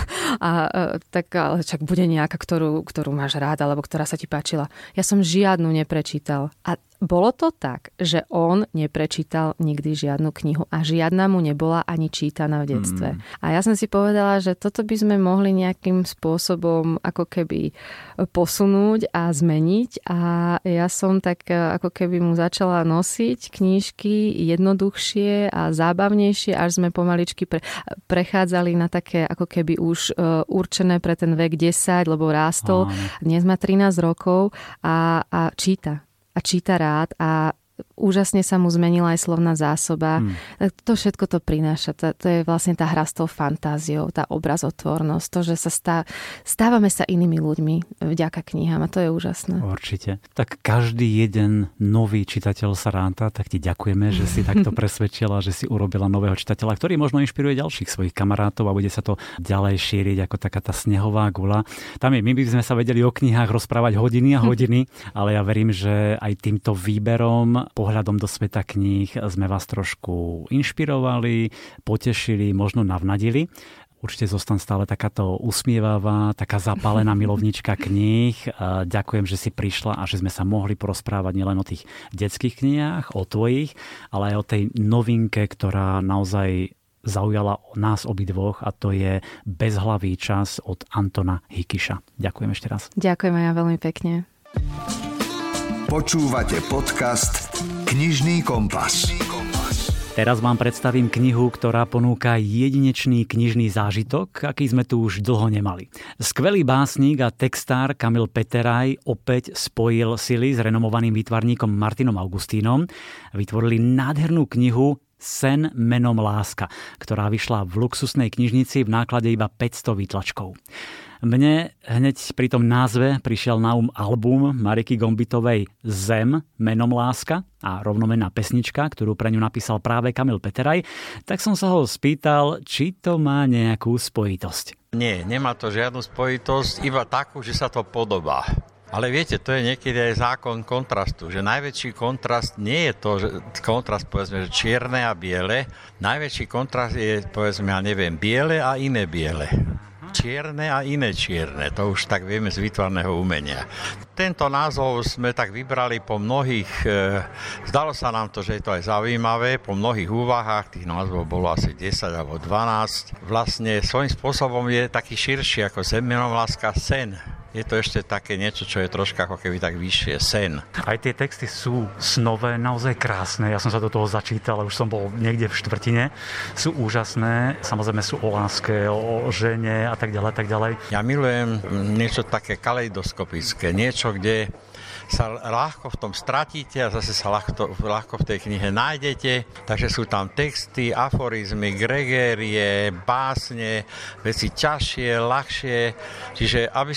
Tak ale čak bude nejaká, ktorú máš rád, alebo ktorá sa ti páčila. Ja som žiadnu neprečítal. A bolo to tak, že on neprečítal nikdy žiadnu knihu a žiadna mu nebola ani čítaná v detstve. A ja som si povedala, že toto by sme mohli nejakým spôsobom ako keby posunúť a zmeniť. A ja som tak ako keby mu začala nosiť knižky jednoduchšie a zábavnejšie, až sme pomaličky prechádzali na také ako keby už určené pre ten vek 10, lebo rástol. Dnes má 13 rokov a číta. A číta rád a úžasne sa mu zmenila aj slovná zásoba. To všetko to prináša. To je vlastne tá hra s tou fantáziou, tá obrazotvornosť, to, že sa stávame sa inými ľuďmi vďaka knihám a to je úžasné. Určite. Tak každý jeden nový čitateľ sa ráta, tak ti ďakujeme, že si takto presvedčila, že si urobila nového čitateľa, ktorý možno inšpiruje ďalších svojich kamarátov a bude sa to ďalej šíriť ako taká tá snehová guľa. My by sme sa vedeli o knihách rozprávať hodiny a hodiny, ale ja verím, že aj týmto výberom pohľadom do sveta kníh sme vás trošku inšpirovali, potešili, možno navnadili. Určite zostan stále takáto usmievavá, taká zapálená milovnička kníh. Ďakujem, že si prišla a že sme sa mohli porozprávať nielen o tých detských knihách, o tvojich, ale aj o tej novinke, ktorá naozaj zaujala nás obidvoch a to je Bezhlavý čas od Antona Hikiša. Ďakujem ešte raz. Ďakujem aj ja veľmi pekne. Počúvate podcast Knižný kompas. Teraz vám predstavím knihu, ktorá ponúka jedinečný knižný zážitok, aký sme tu už dlho nemali. Skvelý básnik a textár Kamil Peteraj opäť spojil sily s renomovaným výtvarníkom Martinom Augustínom. Vytvorili nádhernú knihu Sen menom láska, ktorá vyšla v luxusnej knižnici v náklade iba 500 výtlačkov. Mne hneď pri tom názve prišiel na album Mariky Gombitovej Zem menom láska a rovnomenná pesnička, ktorú pre ňu napísal práve Kamil Peteraj, tak som sa ho spýtal, či to má nejakú spojitosť. Nie, nemá to žiadnu spojitosť, iba takú, že sa to podobá. Ale viete, to je niekedy aj zákon kontrastu, že najväčší kontrast nie je to, že kontrast, povedzme, že čierne a biele. Najväčší kontrast je, povedzme, biele a iné biele. Čierne a iné čierne, to už tak vieme z výtvarného umenia. Tento názov sme tak vybrali po mnohých, zdalo sa nám to, že je to aj zaujímavé, po mnohých úvahách, tých názvov bolo asi 10 alebo 12. Vlastne svojím spôsobom je taký širší ako Zem menom láska, sen. Je to ešte také niečo, čo je troška ako keby tak vyššie, sen. Aj tie texty sú snové, naozaj krásne. Ja som sa do toho začítal, ale už som bol niekde v štvrtine. Sú úžasné, samozrejme sú o láske, o žene a tak ďalej, tak ďalej. Ja milujem niečo také kaleidoskopické, niečo, kde sa ľahko v tom stratíte a zase sa ľahko v tej knihe nájdete. Takže sú tam texty, aforizmy, gregérie, básne, veci ťažšie, ľahšie. Čiže aby si tam každý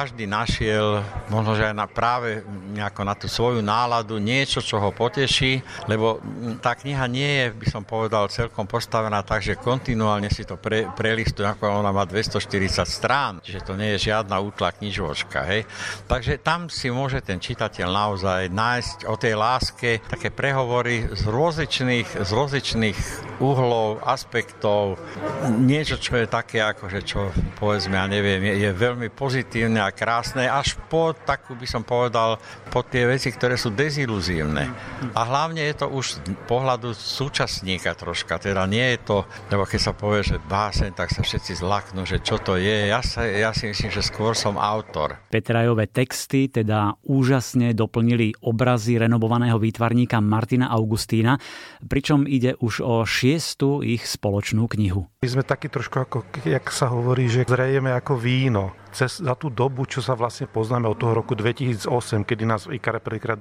každý našiel možno, že aj práve nejako na tú svoju náladu niečo, čo ho poteší, lebo tá kniha nie je, by som povedal, celkom postavená tak, že kontinuálne si to prelistuje, ako ona má 240 strán, čiže to nie je žiadna útla knižočka, hej. Takže tam si môže ten čitateľ naozaj nájsť o tej láske také prehovory z rozličných uhlov, aspektov, niečo, čo je také, akože čo, povedzme, ja neviem, je veľmi pozitívne a krásne, až po takú, by som povedal, po tie veci, ktoré sú deziluzívne. A hlavne je to už z pohľadu súčasníka troška, teda nie je to, lebo keď sa povie, že báseň, tak sa všetci zlaknú, že čo to je. Ja si myslím, že skôr som autor. Petrajové texty teda úžasne doplnili obrazy renomovaného výtvarníka Martina Augustína, pričom ide už o 6. ich spoločnú knihu. My sme takí trošku, ako, jak sa hovorí, že zrejeme ako víno. Za tú dobu, čo sa vlastne poznáme od toho roku 2008, kedy nás v IKARE prvýkrát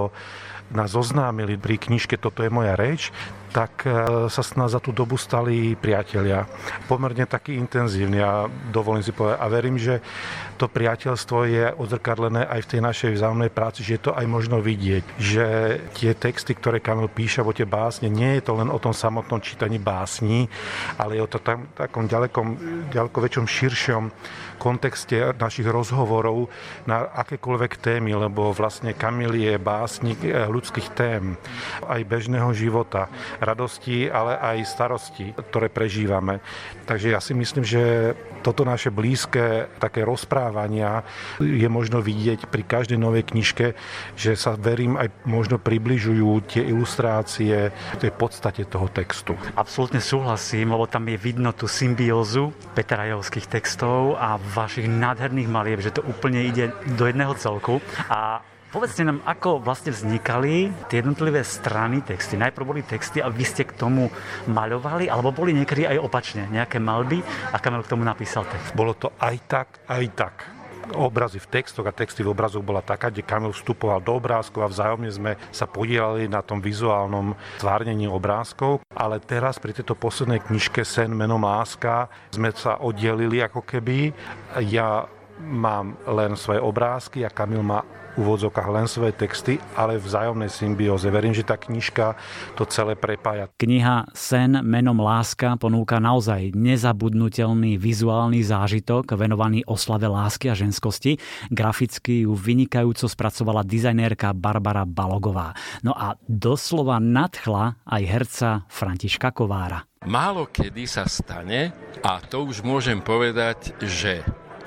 nás oznámili pri knižke Toto je moja reč, tak sa s nás za tú dobu stali priatelia. Pomerne taký intenzívny a dovolím si povedať. A verím, že to priateľstvo je odzrkadlené aj v tej našej vzájomnej práci, že je to aj možno vidieť, že tie texty, ktoré Kamil píše, o tie básne, nie je to len o tom samotnom čítaní básní, ale je o to takom ďaleko väčšom, širšom kontexte našich rozhovorov na akékoľvek témy, lebo vlastne Kamil je básnik ľudských tém, aj bežného života, radosti, ale aj starosti, ktoré prežívame. Takže ja si myslím, že toto naše blízke také rozprávania je možno vidieť pri každej novej knižke, že sa, verím, aj možno približujú tie ilustrácie tej podstate toho textu. Absolútne súhlasím, lebo tam je vidno tú symbiózu petrajovských textov a vašich nádherných malieb, že to úplne ide do jedného celku. A povedzte nám, ako vlastne vznikali tie jednotlivé strany texty. Najprv boli texty a vy ste k tomu maľovali, alebo boli niekedy aj opačne, nejaké maľby a Kamil k tomu napísal text? Bolo to aj tak. Obrazy v textoch a texty v obrazoch bola taká, kde Kamil vstupoval do obrázkov a vzájomne sme sa podielali na tom vizuálnom stvárnení obrázkov. Ale teraz pri tejto poslednej knižke Sen menom láska sme sa oddelili ako keby. Ja mám len svoje obrázky a Kamil má v úvodzovkách len svoje texty, ale v vzájomnej symbióze. Verím, že tá knižka to celé prepája. Kniha Sen menom láska ponúka naozaj nezabudnutelný vizuálny zážitok venovaný oslave lásky a ženskosti. Graficky ju vynikajúco spracovala dizajnérka Barbara Balogová. No a doslova nadchla aj herca Františka Kovára. Málo kedy sa stane, a to už môžem povedať, že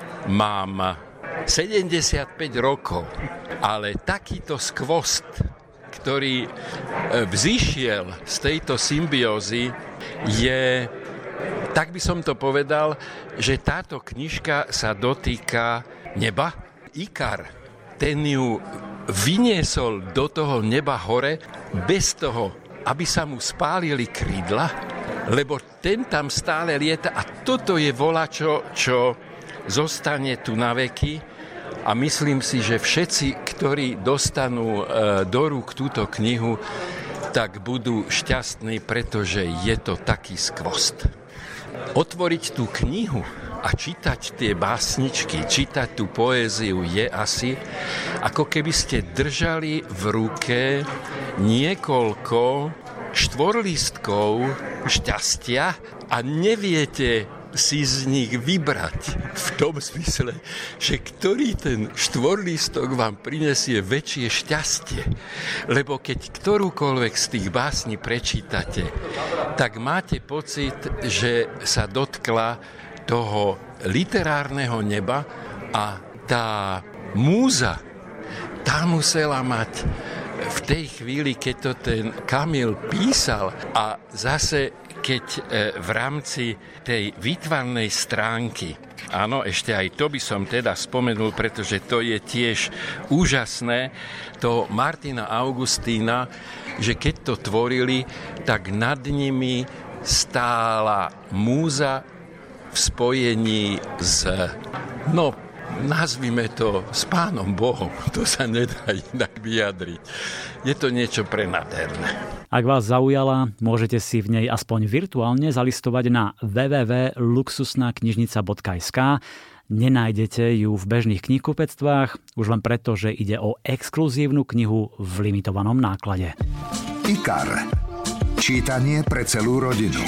mám 75 rokov, ale takýto skvost, ktorý vzišiel z tejto symbiózy, je, tak by som to povedal, že táto knižka sa dotýka neba. Ikar, ten ju vyniesol do toho neba hore bez toho, aby sa mu spálili krídla, lebo ten tam stále lieta a toto je volačo, čo zostane tu na veky. A myslím si, že všetci, ktorí dostanú do rúk túto knihu, tak budú šťastní, pretože je to taký skvost. Otvoriť tú knihu a čítať tie básničky, čítať tú poéziu je asi, ako keby ste držali v ruke niekoľko štvorlístkov šťastia a neviete si z nich vybrať v tom zmysle, že ktorý ten štvorlístok vám prinesie väčšie šťastie. Lebo keď ktorúkoľvek z tých básní prečítate, tak máte pocit, že sa dotkla toho literárneho neba a tá múza, tá musela mať v tej chvíli, keď to ten Kamil písal a zase keď v rámci tej výtvarnej stránky, áno, ešte aj to by som teda spomenul, pretože to je tiež úžasné, to Martina Augustína, že keď to tvorili, tak nad nimi stála múza v spojení s, nazvime to, s Pánom Bohom. To sa nedá inak vyjadriť. Je to niečo prenádherné. Ak vás zaujala, môžete si v nej aspoň virtuálne zalistovať na www.luxusnaknižnica.sk. Nenájdete ju v bežných knihkupectvách, už len preto, že ide o exkluzívnu knihu v limitovanom náklade. IKAR. Čítanie pre celú rodinu.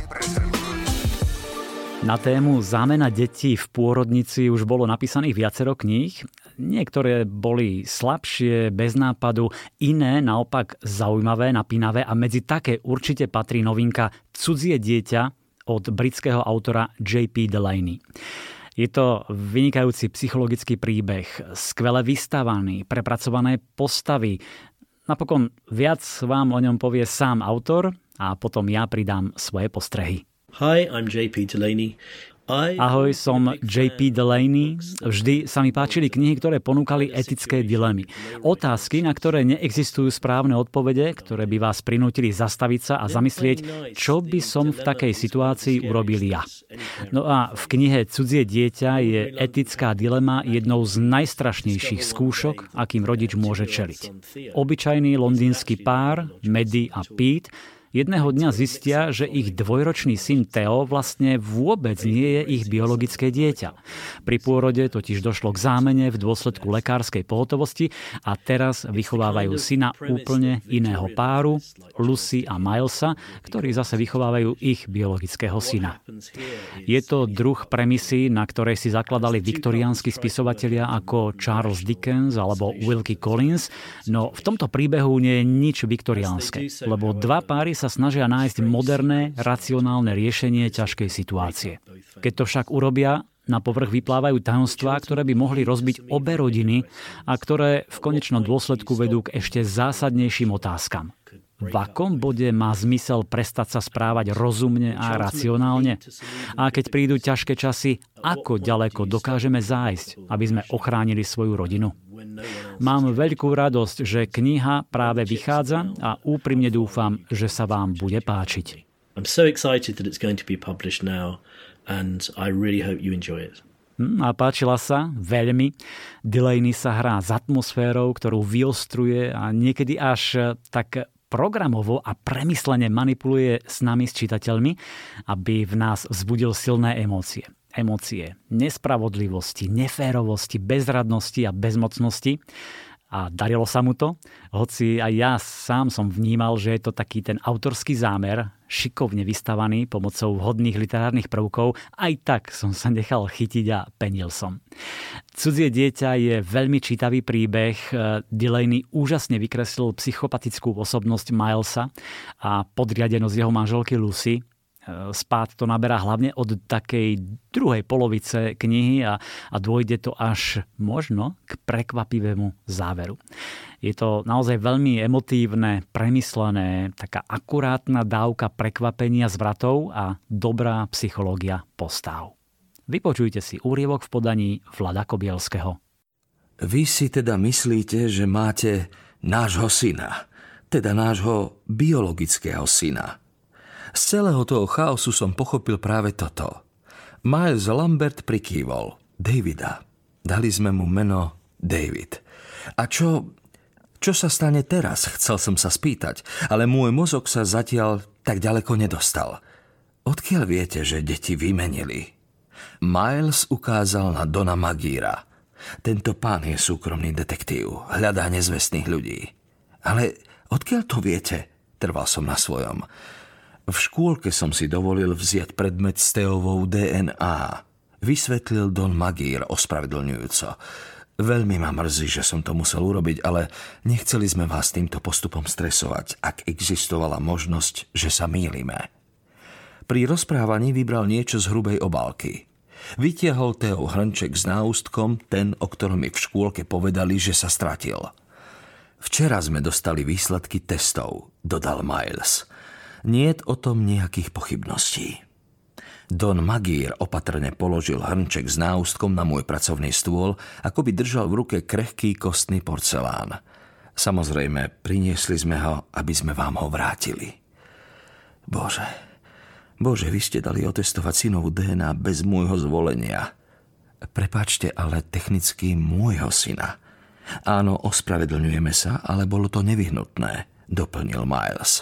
Na tému zámena detí v pôrodnici už bolo napísaných viacero kníh. Niektoré boli slabšie, bez nápadu, iné naopak zaujímavé, napínavé a medzi také určite patrí novinka Cudzie dieťa od britského autora J.P. Delaney. Je to vynikajúci psychologický príbeh, skvele vystavaný, prepracované postavy. Napokon viac vám o ňom povie sám autor a potom ja pridám svoje postrehy. Hi, I'm JP Delaney. Ahoj, som JP Delaney. Vždy sa mi páčili knihy, ktoré ponúkali etické dilemy. Otázky, na ktoré neexistujú správne odpovede, ktoré by vás prinútili zastaviť sa a zamyslieť, čo by som v takej situácii urobil ja. No a v knihe Cudzie dieťa je etická dilema jednou z najstrašnejších skúšok, akým rodič môže čeliť. Obyčajný londýnsky pár, Maddie a Pete, jedného dňa zistia, že ich dvojročný syn Theo vlastne vôbec nie je ich biologické dieťa. Pri pôrode totiž došlo k zámene v dôsledku lekárskej pohotovosti a teraz vychovávajú syna úplne iného páru, Lucy a Milesa, ktorí zase vychovávajú ich biologického syna. Je to druh premisy, na ktorej si zakladali viktoriánsky spisovatelia ako Charles Dickens alebo Wilkie Collins, no v tomto príbehu nie je nič viktoriánske, lebo dva páry sa snažia nájsť moderné, racionálne riešenie ťažkej situácie. Keď to však urobia, na povrch vyplávajú tajomstvá, ktoré by mohli rozbiť obe rodiny a ktoré v konečnom dôsledku vedú k ešte zásadnejším otázkam. V akom bode má zmysel prestať sa správať rozumne a racionálne? A keď prídu ťažké časy, ako ďaleko dokážeme zájsť, aby sme ochránili svoju rodinu? Mám veľkú radosť, že kniha práve vychádza a úprimne dúfam, že sa vám bude páčiť. I'm so excited that it's going to be published now and I really hope you enjoy it. A páčila sa veľmi. Delaney sa hrá s atmosférou, ktorú vyostruje a niekedy až tak programovo a premyslene manipuluje s nami, s čitateľmi, aby v nás vzbudil silné emócie. Emócie nespravodlivosti, neférovosti, bezradnosti a bezmocnosti. A darilo sa mu to, hoci aj ja sám som vnímal, že je to taký ten autorský zámer, šikovne vystavaný pomocou vhodných literárnych prvkov, aj tak som sa nechal chytiť a penil som. Cudzie dieťa je veľmi čítavý príbeh. Delaney úžasne vykreslil psychopatickú osobnosť Milesa a podriadenosť jeho manželky Lucy. Spád to naberá hlavne od takej druhej polovice knihy a dôjde to až možno k prekvapivému záveru. Je to naozaj veľmi emotívne, premyslené, taká akurátna dávka prekvapenia zvratov a dobrá psychológia postav. Vypočujte si úryvok v podaní Vlada Kobielského. Vy si teda myslíte, že máte nášho syna, teda nášho biologického syna. Z celého toho chaosu som pochopil práve toto. Miles Lambert prikývol. Davida. Dali sme mu meno David. A čo sa stane teraz? Chcel som sa spýtať, ale môj mozog sa zatiaľ tak ďaleko nedostal. Odkiaľ viete, že deti vymenili? Miles ukázal na Dona Magíra. Tento pán je súkromný detektív. Hľadá nezvestných ľudí. Ale odkiaľ to viete? Trval som na svojom. V škôlke som si dovolil vziať predmet s Theovou DNA. Vysvetlil Don Magír ospravedlňujúco. Veľmi ma mrzí, že som to musel urobiť, ale nechceli sme vás týmto postupom stresovať, ak existovala možnosť, že sa mýlime. Pri rozprávaní vybral niečo z hrubej obálky. Vytiahol Theov hrnček s náustkom, ten, o ktorom mi v škôlke povedali, že sa stratil. Včera sme dostali výsledky testov, dodal Miles. Niet o tom nejakých pochybností. Don Magír opatrne položil hrnček s náustkom na môj pracovný stôl, ako by držal v ruke krehký kostný porcelán. Samozrejme, priniesli sme ho, aby sme vám ho vrátili. Bože, vy ste dali otestovať synovú DNA bez môjho zvolenia. Prepáčte, ale technicky môjho syna. Áno, ospravedlňujeme sa, ale bolo to nevyhnutné, doplnil Miles.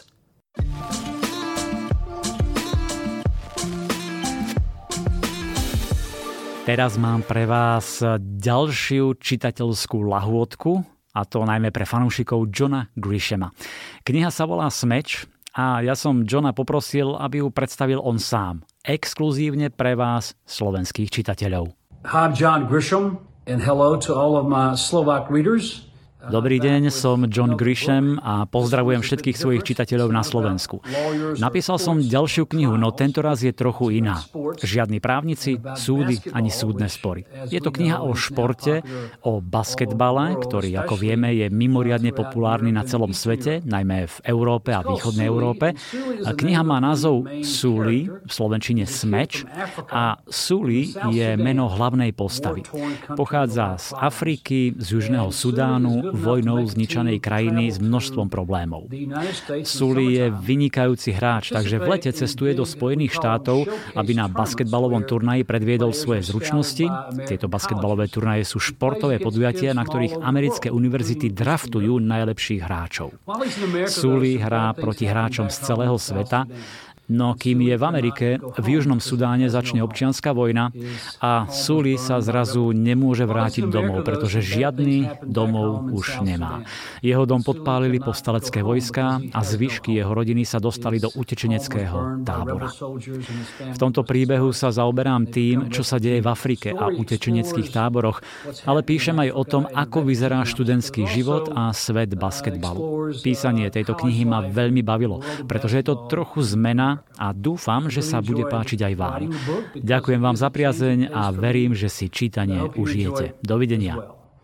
Teraz mám pre vás ďalšiu čitateľskú lahôdku, a to najmä pre fanúšikov Johna Grishama. Kniha sa volá Smeč a ja som Johna poprosil, aby ju predstavil on sám. Exkluzívne pre vás, slovenských čitateľov. Hi, I'm John Grisham, and hello to all of my Slovak readers. Dobrý deň, som John Grisham a pozdravujem všetkých svojich čitateľov na Slovensku. Napísal som ďalšiu knihu, no tento raz je trochu iná. Žiadni právnici, súdy ani súdne spory. Je to kniha o športe, o basketbale, ktorý, ako vieme, je mimoriadne populárny na celom svete, najmä v Európe a východnej Európe. Kniha má názov Sully, v slovenčine Smeč, a Sully je meno hlavnej postavy. Pochádza z Afriky, z Južného Sudánu, vojnou zničenej krajiny s množstvom problémov. Sully je vynikajúci hráč, takže v lete cestuje do Spojených štátov, aby na basketbalovom turnaji predviedol svoje zručnosti. Tieto basketbalové turnaje sú športové podujatia, na ktorých americké univerzity draftujú najlepších hráčov. Sully hrá proti hráčom z celého sveta. No kým je v Amerike, v Južnom Sudáne začne občianska vojna a Sully sa zrazu nemôže vrátiť domov, pretože žiadny domov už nemá. Jeho dom podpálili povstalecké vojská a zvyšky jeho rodiny sa dostali do utečeneckého tábora. V tomto príbehu sa zaoberám tým, čo sa deje v Afrike a utečeneckých táboroch, ale píšem aj o tom, ako vyzerá študentský život a svet basketbalu. Písanie tejto knihy ma veľmi bavilo, pretože je to trochu zmena a dúfam, že sa bude páčiť aj vám. Ďakujem vám za priazeň a verím, že si čítanie užijete. Dovidenia.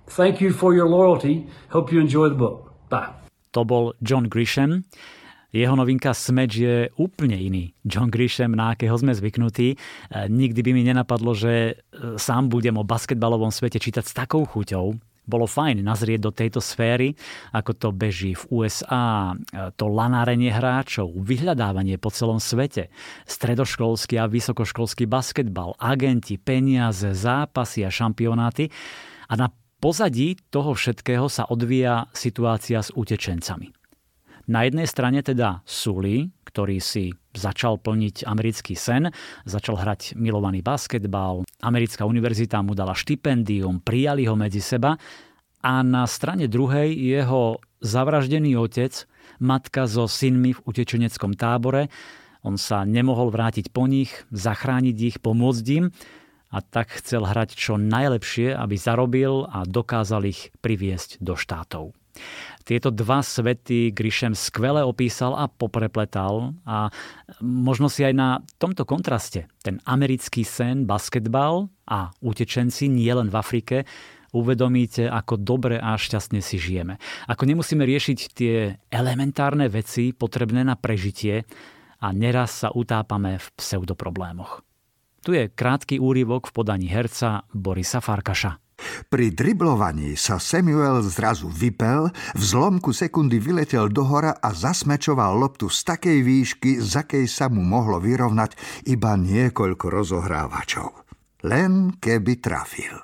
To bol John Grisham. Jeho novinka Smeč je úplne iný John Grisham, na akého sme zvyknutí. Nikdy by mi nenapadlo, že sám budem o basketbalovom svete čítať s takou chuťou. Bolo fajn nazrieť do tejto sféry, ako to beží v USA, to lanárenie hráčov, vyhľadávanie po celom svete, stredoškolský a vysokoškolský basketbal, agenti, peniaze, zápasy a šampionáty. A na pozadí toho všetkého sa odvíja situácia s utečencami. Na jednej strane teda Sully, ktorý si začal plniť americký sen, začal hrať milovaný basketbal, americká univerzita mu dala štipendium, prijali ho medzi seba a na strane druhej jeho zavraždený otec, matka so synmi v utečeneckom tábore. On sa nemohol vrátiť po nich, zachrániť ich, pomôcť im a tak chcel hrať čo najlepšie, aby zarobil a dokázal ich priviesť do štátov. Tieto dva svety Grisham skvele opísal a poprepletal a možno si aj na tomto kontraste, ten americký sen, basketbal a utečenci nielen v Afrike, uvedomíte, ako dobre a šťastne si žijeme. Ako nemusíme riešiť tie elementárne veci potrebné na prežitie a neraz sa utápame v pseudoproblémoch. Tu je krátky úryvok v podaní herca Borisa Farkaša. Pri driblovaní sa Samuel zrazu vypel, v zlomku sekundy vyletel dohora a zasmečoval loptu z takej výšky, z akej sa mu mohlo vyrovnať iba niekoľko rozohrávačov. Len keby trafil.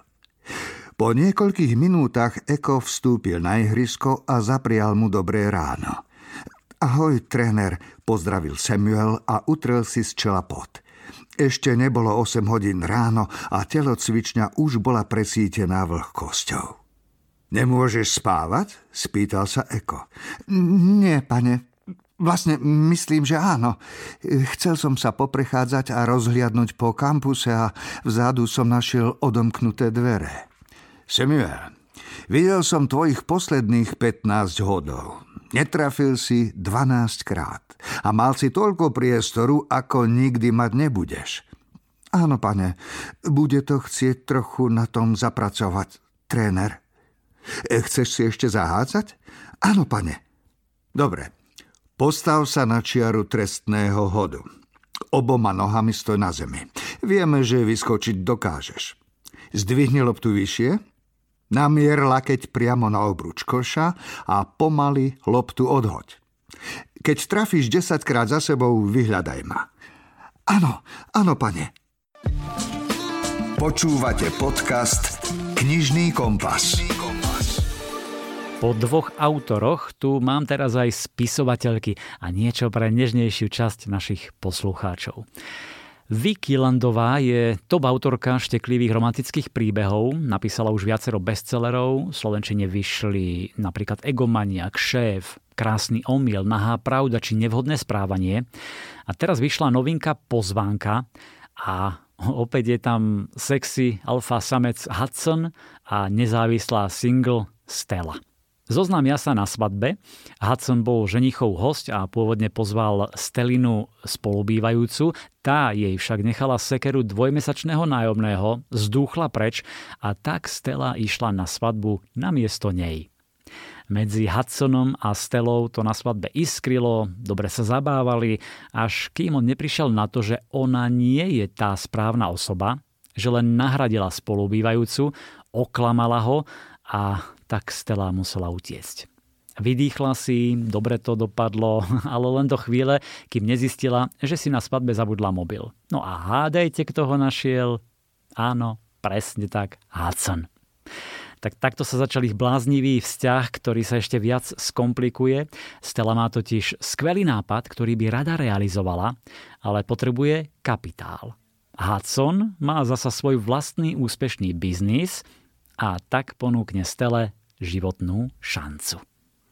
Po niekoľkých minútach Eko vstúpil na ihrisko a zaprial mu dobré ráno. Ahoj, tréner, pozdravil Samuel a utrel si z čela pot. Ešte nebolo 8 hodín ráno a telocvičňa už bola presítená vlhkosťou. Nemôžeš spávať? Spýtal sa Eko. Nie, pane. Vlastne myslím, že áno. Chcel som sa poprechádzať a rozhliadnúť po kampuse a vzadu som našiel odomknuté dvere. Samuel, videl som tvojich posledných 15 hodov. Netrafil si 12 krát a mal si toľko priestoru, ako nikdy mať nebudeš. Áno, pane, bude to chcieť trochu na tom zapracovať, tréner. Chceš si ešte zahádzať? Áno, pane. Dobre, postav sa na čiaru trestného hodu. Oboma nohami stoj na zemi. Vieme, že vyskočiť dokážeš. Zdvihni loptu vyššie, namier lakeť priamo na obruč koša a pomaly loptu odhoď. Keď trafíš 10 krát za sebou, vyhľadaj ma. Áno, áno, pane. Počúvate podcast Knižný kompas. Po dvoch autoroch tu mám teraz aj spisovateľky a niečo pre nežnejšiu časť našich poslucháčov. Vicky Landová je top autorka šteklivých romantických príbehov. Napísala už viacero bestsellerov. V slovenčine vyšli napríklad Egomaniak, Šéf, Krásny omyl, Nahá pravda či Nevhodné správanie. A teraz vyšla novinka Pozvánka a opäť je tam sexy alfa samec Hudson a nezávislá single Stella. Zoznámia sa na svadbe. Hudson bol ženichov hosť a pôvodne pozval Stellinu spolubývajúcu. Tá jej však nechala sekeru dvojmesačného nájomného, zdúchla preč a tak Stella išla na svadbu namiesto nej. Medzi Hudsonom a Stellou to na svadbe iskrilo, dobre sa zabávali, až kým on neprišiel na to, že ona nie je tá správna osoba, že len nahradila spolubývajúcu, oklamala ho a tak Stella musela utiecť. Vydýchla si, dobre to dopadlo, ale len do chvíle, kým nezistila, že si na svadbe zabudla mobil. No a hádajte, kto ho našiel? Áno, presne tak, Hudson. Tak takto sa začal ich bláznivý vzťah, ktorý sa ešte viac skomplikuje. Stella má totiž skvelý nápad, ktorý by rada realizovala, ale potrebuje kapitál. Hudson má zasa svoj vlastný úspešný biznis a tak ponúkne Stelle životnú šancu.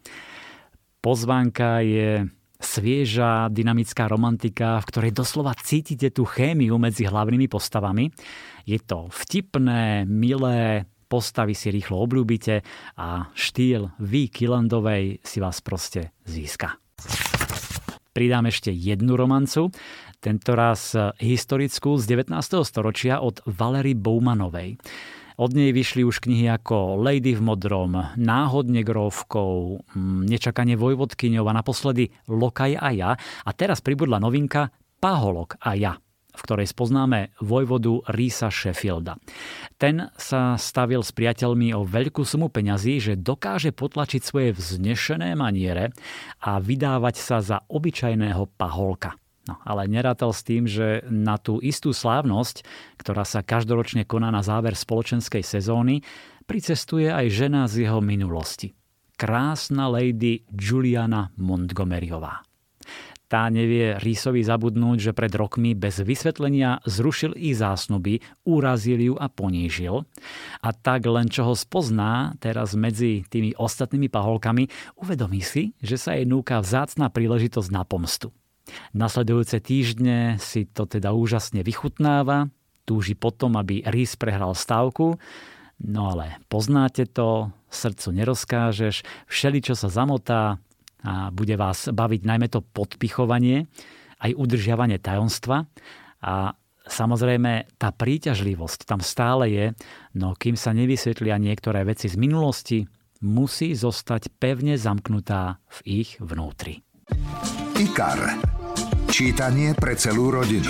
Pozvánka je svieža, dynamická romantika, v ktorej doslova cítite tú chémiu medzi hlavnými postavami. Je to vtipné, milé, postavy si rýchlo obľúbite a štýl Vicky Landovej si vás proste získa. Pridám ešte jednu romancu, tentoraz historickú z 19. storočia od Valery Bowmanovej. Od nej vyšli už knihy ako Lady v modrom, Náhodne grófkou, Nečakanie vojvodkyňou a naposledy Lokaj a ja. A teraz pribudla novinka Paholok a ja, v ktorej spoznáme vojvodu Rhysa Sheffielda. Ten sa stavil s priateľmi o veľkú sumu peňazí, že dokáže potlačiť svoje vznešené maniere a vydávať sa za obyčajného paholka. No, ale nerátal s tým, že na tú istú slávnosť, ktorá sa každoročne koná na záver spoločenskej sezóny, pricestuje aj žena z jeho minulosti. Krásna lady Juliana Montgomeryová. Tá nevie Rhysovi zabudnúť, že pred rokmi bez vysvetlenia zrušil ich zásnuby, urazil ju a ponížil. A tak len čo ho spozná teraz medzi tými ostatnými paholkami, uvedomí si, že sa jej núka vzácna príležitosť na pomstu. Nasledujúce týždne si to teda úžasne vychutnáva, túži potom, aby Rhys prehral stávku, no ale poznáte to, srdcu nerozkážeš, všeličo sa zamotá a bude vás baviť najmä to podpichovanie, aj udržiavanie tajomstva a samozrejme tá príťažlivosť tam stále je, no kým sa nevysvetlia niektoré veci z minulosti, musí zostať pevne zamknutá v ich vnútri. IKAR. Čítanie pre celú rodinu.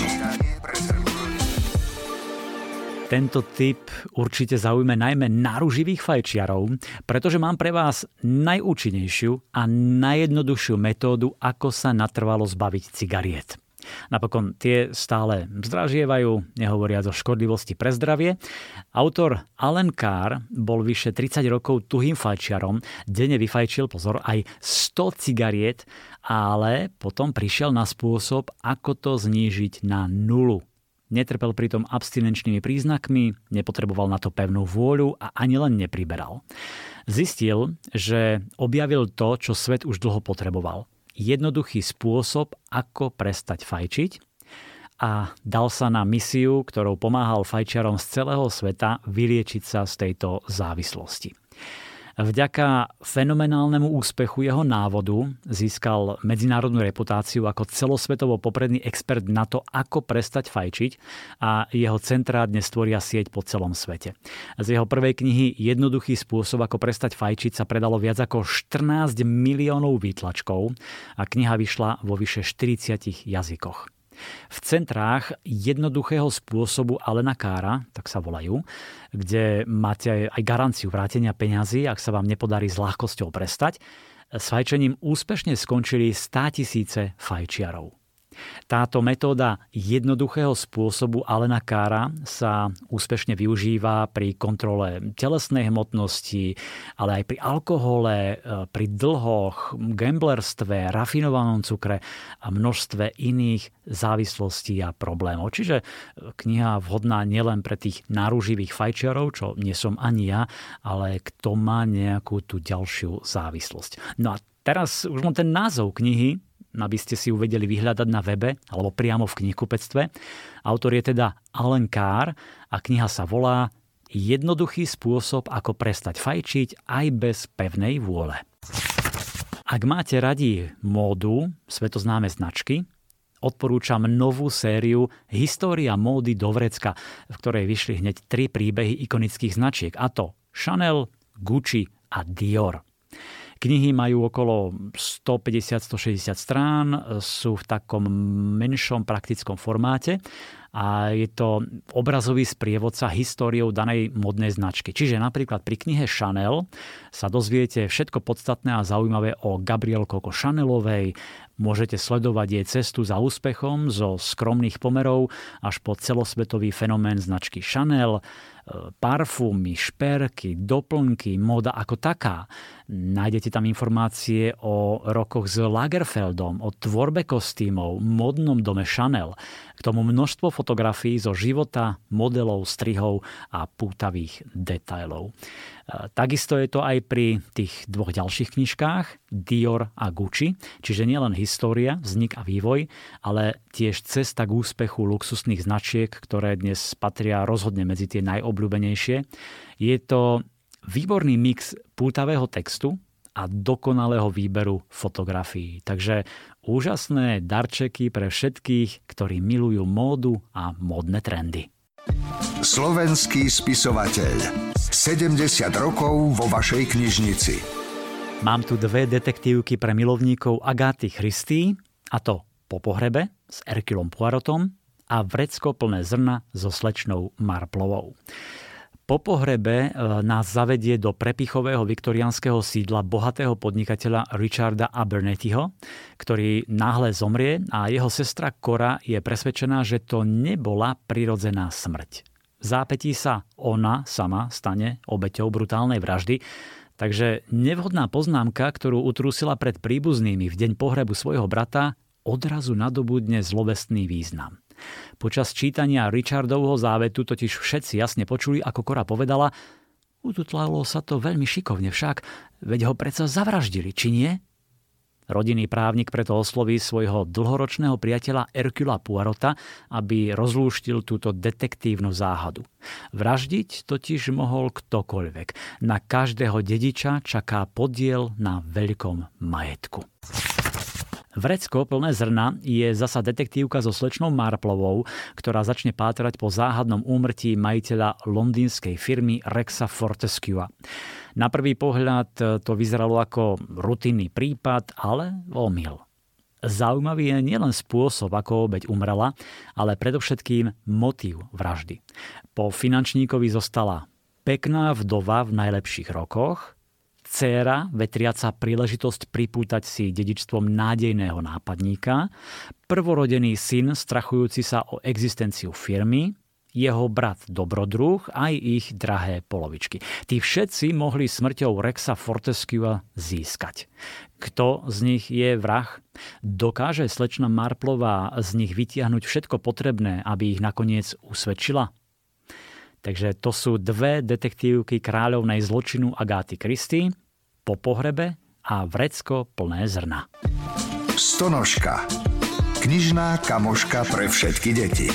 Tento tip určite zaujme najmä náruživých fajčiarov, pretože mám pre vás najúčinnejšiu a najjednoduchšiu metódu, ako sa natrvalo zbaviť cigariet. Napokon tie stále zdražievajú, nehovoriac o škodlivosti pre zdravie. Autor Alan Carr bol vyše 30 rokov tuhým fajčiarom, denne vyfajčil, pozor, aj 100 cigariet, ale potom prišiel na spôsob, ako to znížiť na nulu. Netrpel pritom abstinenčnými príznakmi, nepotreboval na to pevnú vôľu a ani len nepriberal. Zistil, že objavil to, čo svet už dlho potreboval. Jednoduchý spôsob, ako prestať fajčiť a dal sa na misiu, ktorou pomáhal fajčiarom z celého sveta vyliečiť sa z tejto závislosti. Vďaka fenomenálnemu úspechu jeho návodu získal medzinárodnú reputáciu ako celosvetovo popredný expert na to, ako prestať fajčiť a jeho centrá dnes tvoria sieť po celom svete. Z jeho prvej knihy Jednoduchý spôsob, ako prestať fajčiť sa predalo viac ako 14 miliónov výtlačkov a kniha vyšla vo vyše 40 jazykoch. V centrách jednoduchého spôsobu Alana Carra, tak sa volajú, kde máte aj garanciu vrátenia peňazí, ak sa vám nepodarí s ľahkosťou prestať, s fajčením úspešne skončili 100 000 fajčiarov. Táto metóda jednoduchého spôsobu Allena Carra sa úspešne využíva pri kontrole telesnej hmotnosti, ale aj pri alkohole, pri dlhoch, gamblerstve, rafinovanom cukre a množstve iných závislostí a problémov. Čiže kniha vhodná nielen pre tých náruživých fajčiarov, čo nie som ani ja, ale kto má nejakú tú ďalšiu závislosť. No a teraz už len ten názov knihy, aby ste si ju vedeli vyhľadať na webe alebo priamo v knihkupectve. Autor je teda Allen Carr a kniha sa volá Jednoduchý spôsob, ako prestať fajčiť aj bez pevnej vôle. Ak máte radi módu, svetoznáme značky, odporúčam novú sériu História módy do vrecka, v ktorej vyšli hneď 3 príbehy ikonických značiek, a to Chanel, Gucci a Dior. Knihy majú okolo 150-160 strán, sú v takom menšom praktickom formáte a je to obrazový sprievodca históriou danej modnej značky. Čiže napríklad pri knihe Chanel sa dozviete všetko podstatné a zaujímavé o Gabrielle Coco Chanelovej, môžete sledovať jej cestu za úspechom zo skromných pomerov až po celosvetový fenomén značky Chanel, parfúmy, šperky, doplnky, móda ako taká. Nájdete tam informácie o rokoch s Lagerfeldom, o tvorbe kostýmov, modnom dome Chanel. K tomu množstvo fotografií zo života, modelov, strihov a pútavých detailov. Takisto je to aj pri tých 2 ďalších knižkách Dior a Gucci, čiže nielen história, vznik a vývoj, ale tiež cesta k úspechu luxusných značiek, ktoré dnes patria rozhodne medzi tie najobľúbenejšie. Je to výborný mix pútavého textu a dokonalého výberu fotografií. Takže úžasné darčeky pre všetkých, ktorí milujú módu a módne trendy. Slovenský spisovateľ. 70 rokov vo vašej knižnici. Mám tu 2 detektívky pre milovníkov Agaty Christie, a to Po pohrebe s Herculom Poirotom a Vrecko plné zrna so slečnou Marplovou. Po pohrebe nás zavedie do prepichového viktoriánskeho sídla bohatého podnikateľa Richarda Abernethyho, ktorý náhle zomrie a jeho sestra Cora je presvedčená, že to nebola prirodzená smrť. V zápätí sa ona sama stane obeťou brutálnej vraždy, takže nevhodná poznámka, ktorú utrúsila pred príbuznými v deň pohrebu svojho brata, odrazu nadobudne zlobestný význam. Počas čítania Richardovho závetu totiž všetci jasne počuli, ako Cora povedala: ututlalo sa to veľmi šikovne však, veď ho predsa zavraždili, či nie? Rodinný právnik preto osloví svojho dlhoročného priateľa Hercula Poirota, aby rozlúštil túto detektívnu záhadu. Vraždiť totiž mohol ktokoľvek. Na každého dediča čaká podiel na veľkom majetku. Vrecko plné zrna je zasa detektívka so slečnou Marplovou, ktorá začne pátrať po záhadnom úmrtí majiteľa londýnskej firmy Rexa Fortescua. Na prvý pohľad to vyzeralo ako rutinný prípad, ale omyl. Zaujímavý je nielen spôsob, ako obeť umrela, ale predovšetkým motív vraždy. Po finančníkovi zostala pekná vdova v najlepších rokoch, dcéra vetriaca príležitosť pripútať si dedičstvom nádejného nápadníka, prvorodený syn strachujúci sa o existenciu firmy, jeho brat dobrodruh aj ich drahé polovičky. Tí všetci mohli smrťou Rexa Fortescua získať. Kto z nich je vrah? Dokáže slečna Marplová z nich vytiahnuť všetko potrebné, aby ich nakoniec usvedčila? Takže to sú 2 detektívky kráľovnej zločinu Agaty Christie, Po pohrebe a Vrecko plné zrna. Stonožka. Knižná kamoška pre všetky deti.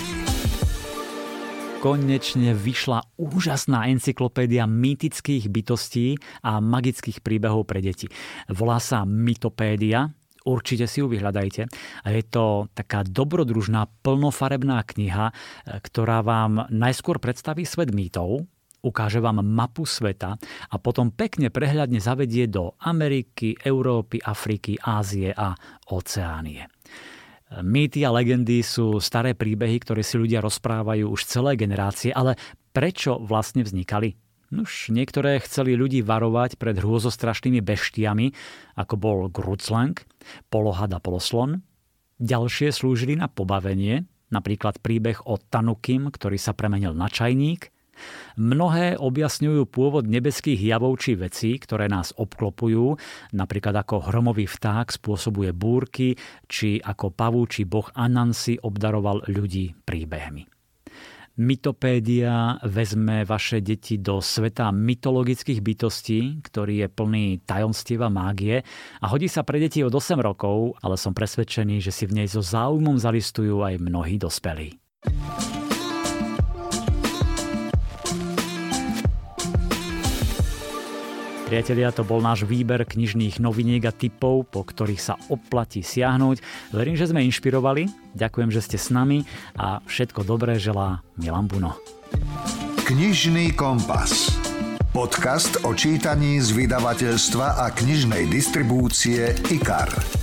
Konečne vyšla úžasná encyklopédia mýtických bytostí a magických príbehov pre deti. Volá sa Mytopédia. Určite si ju vyhľadajte. A je to taká dobrodružná, plnofarebná kniha, ktorá vám najskôr predstaví svet mýtov, ukáže vám mapu sveta a potom pekne prehľadne zavedie do Ameriky, Európy, Afriky, Ázie a Oceánie. Mýty a legendy sú staré príbehy, ktoré si ľudia rozprávajú už celé generácie, ale prečo vlastne vznikali? Nuž, niektoré chceli ľudí varovať pred hrôzostrašnými beštiami, ako bol Gruclang, polohad a poloslon. Ďalšie slúžili na pobavenie, napríklad príbeh o Tanukim, ktorý sa premenil na čajník. Mnohé objasňujú pôvod nebeských javov či vecí, ktoré nás obklopujú, napríklad ako hromový vták spôsobuje búrky, či ako pavúči boh Anansi obdaroval ľudí príbehmi. Mytopédia vezme vaše deti do sveta mytologických bytostí, ktorý je plný tajomstiev a mágie a hodí sa pre deti od 8 rokov, ale som presvedčený, že si v nej so záujmom zalistujú aj mnohí dospelí. Priatelia, to bol náš výber knižných noviniek a tipov, po ktorých sa oplatí siahnuť. Verím, že sme inšpirovali. Ďakujem, že ste s nami a všetko dobré želá Milan Buno. Knižný kompas. Podcast o čítaní z vydavateľstva a knižnej distribúcie IKAR.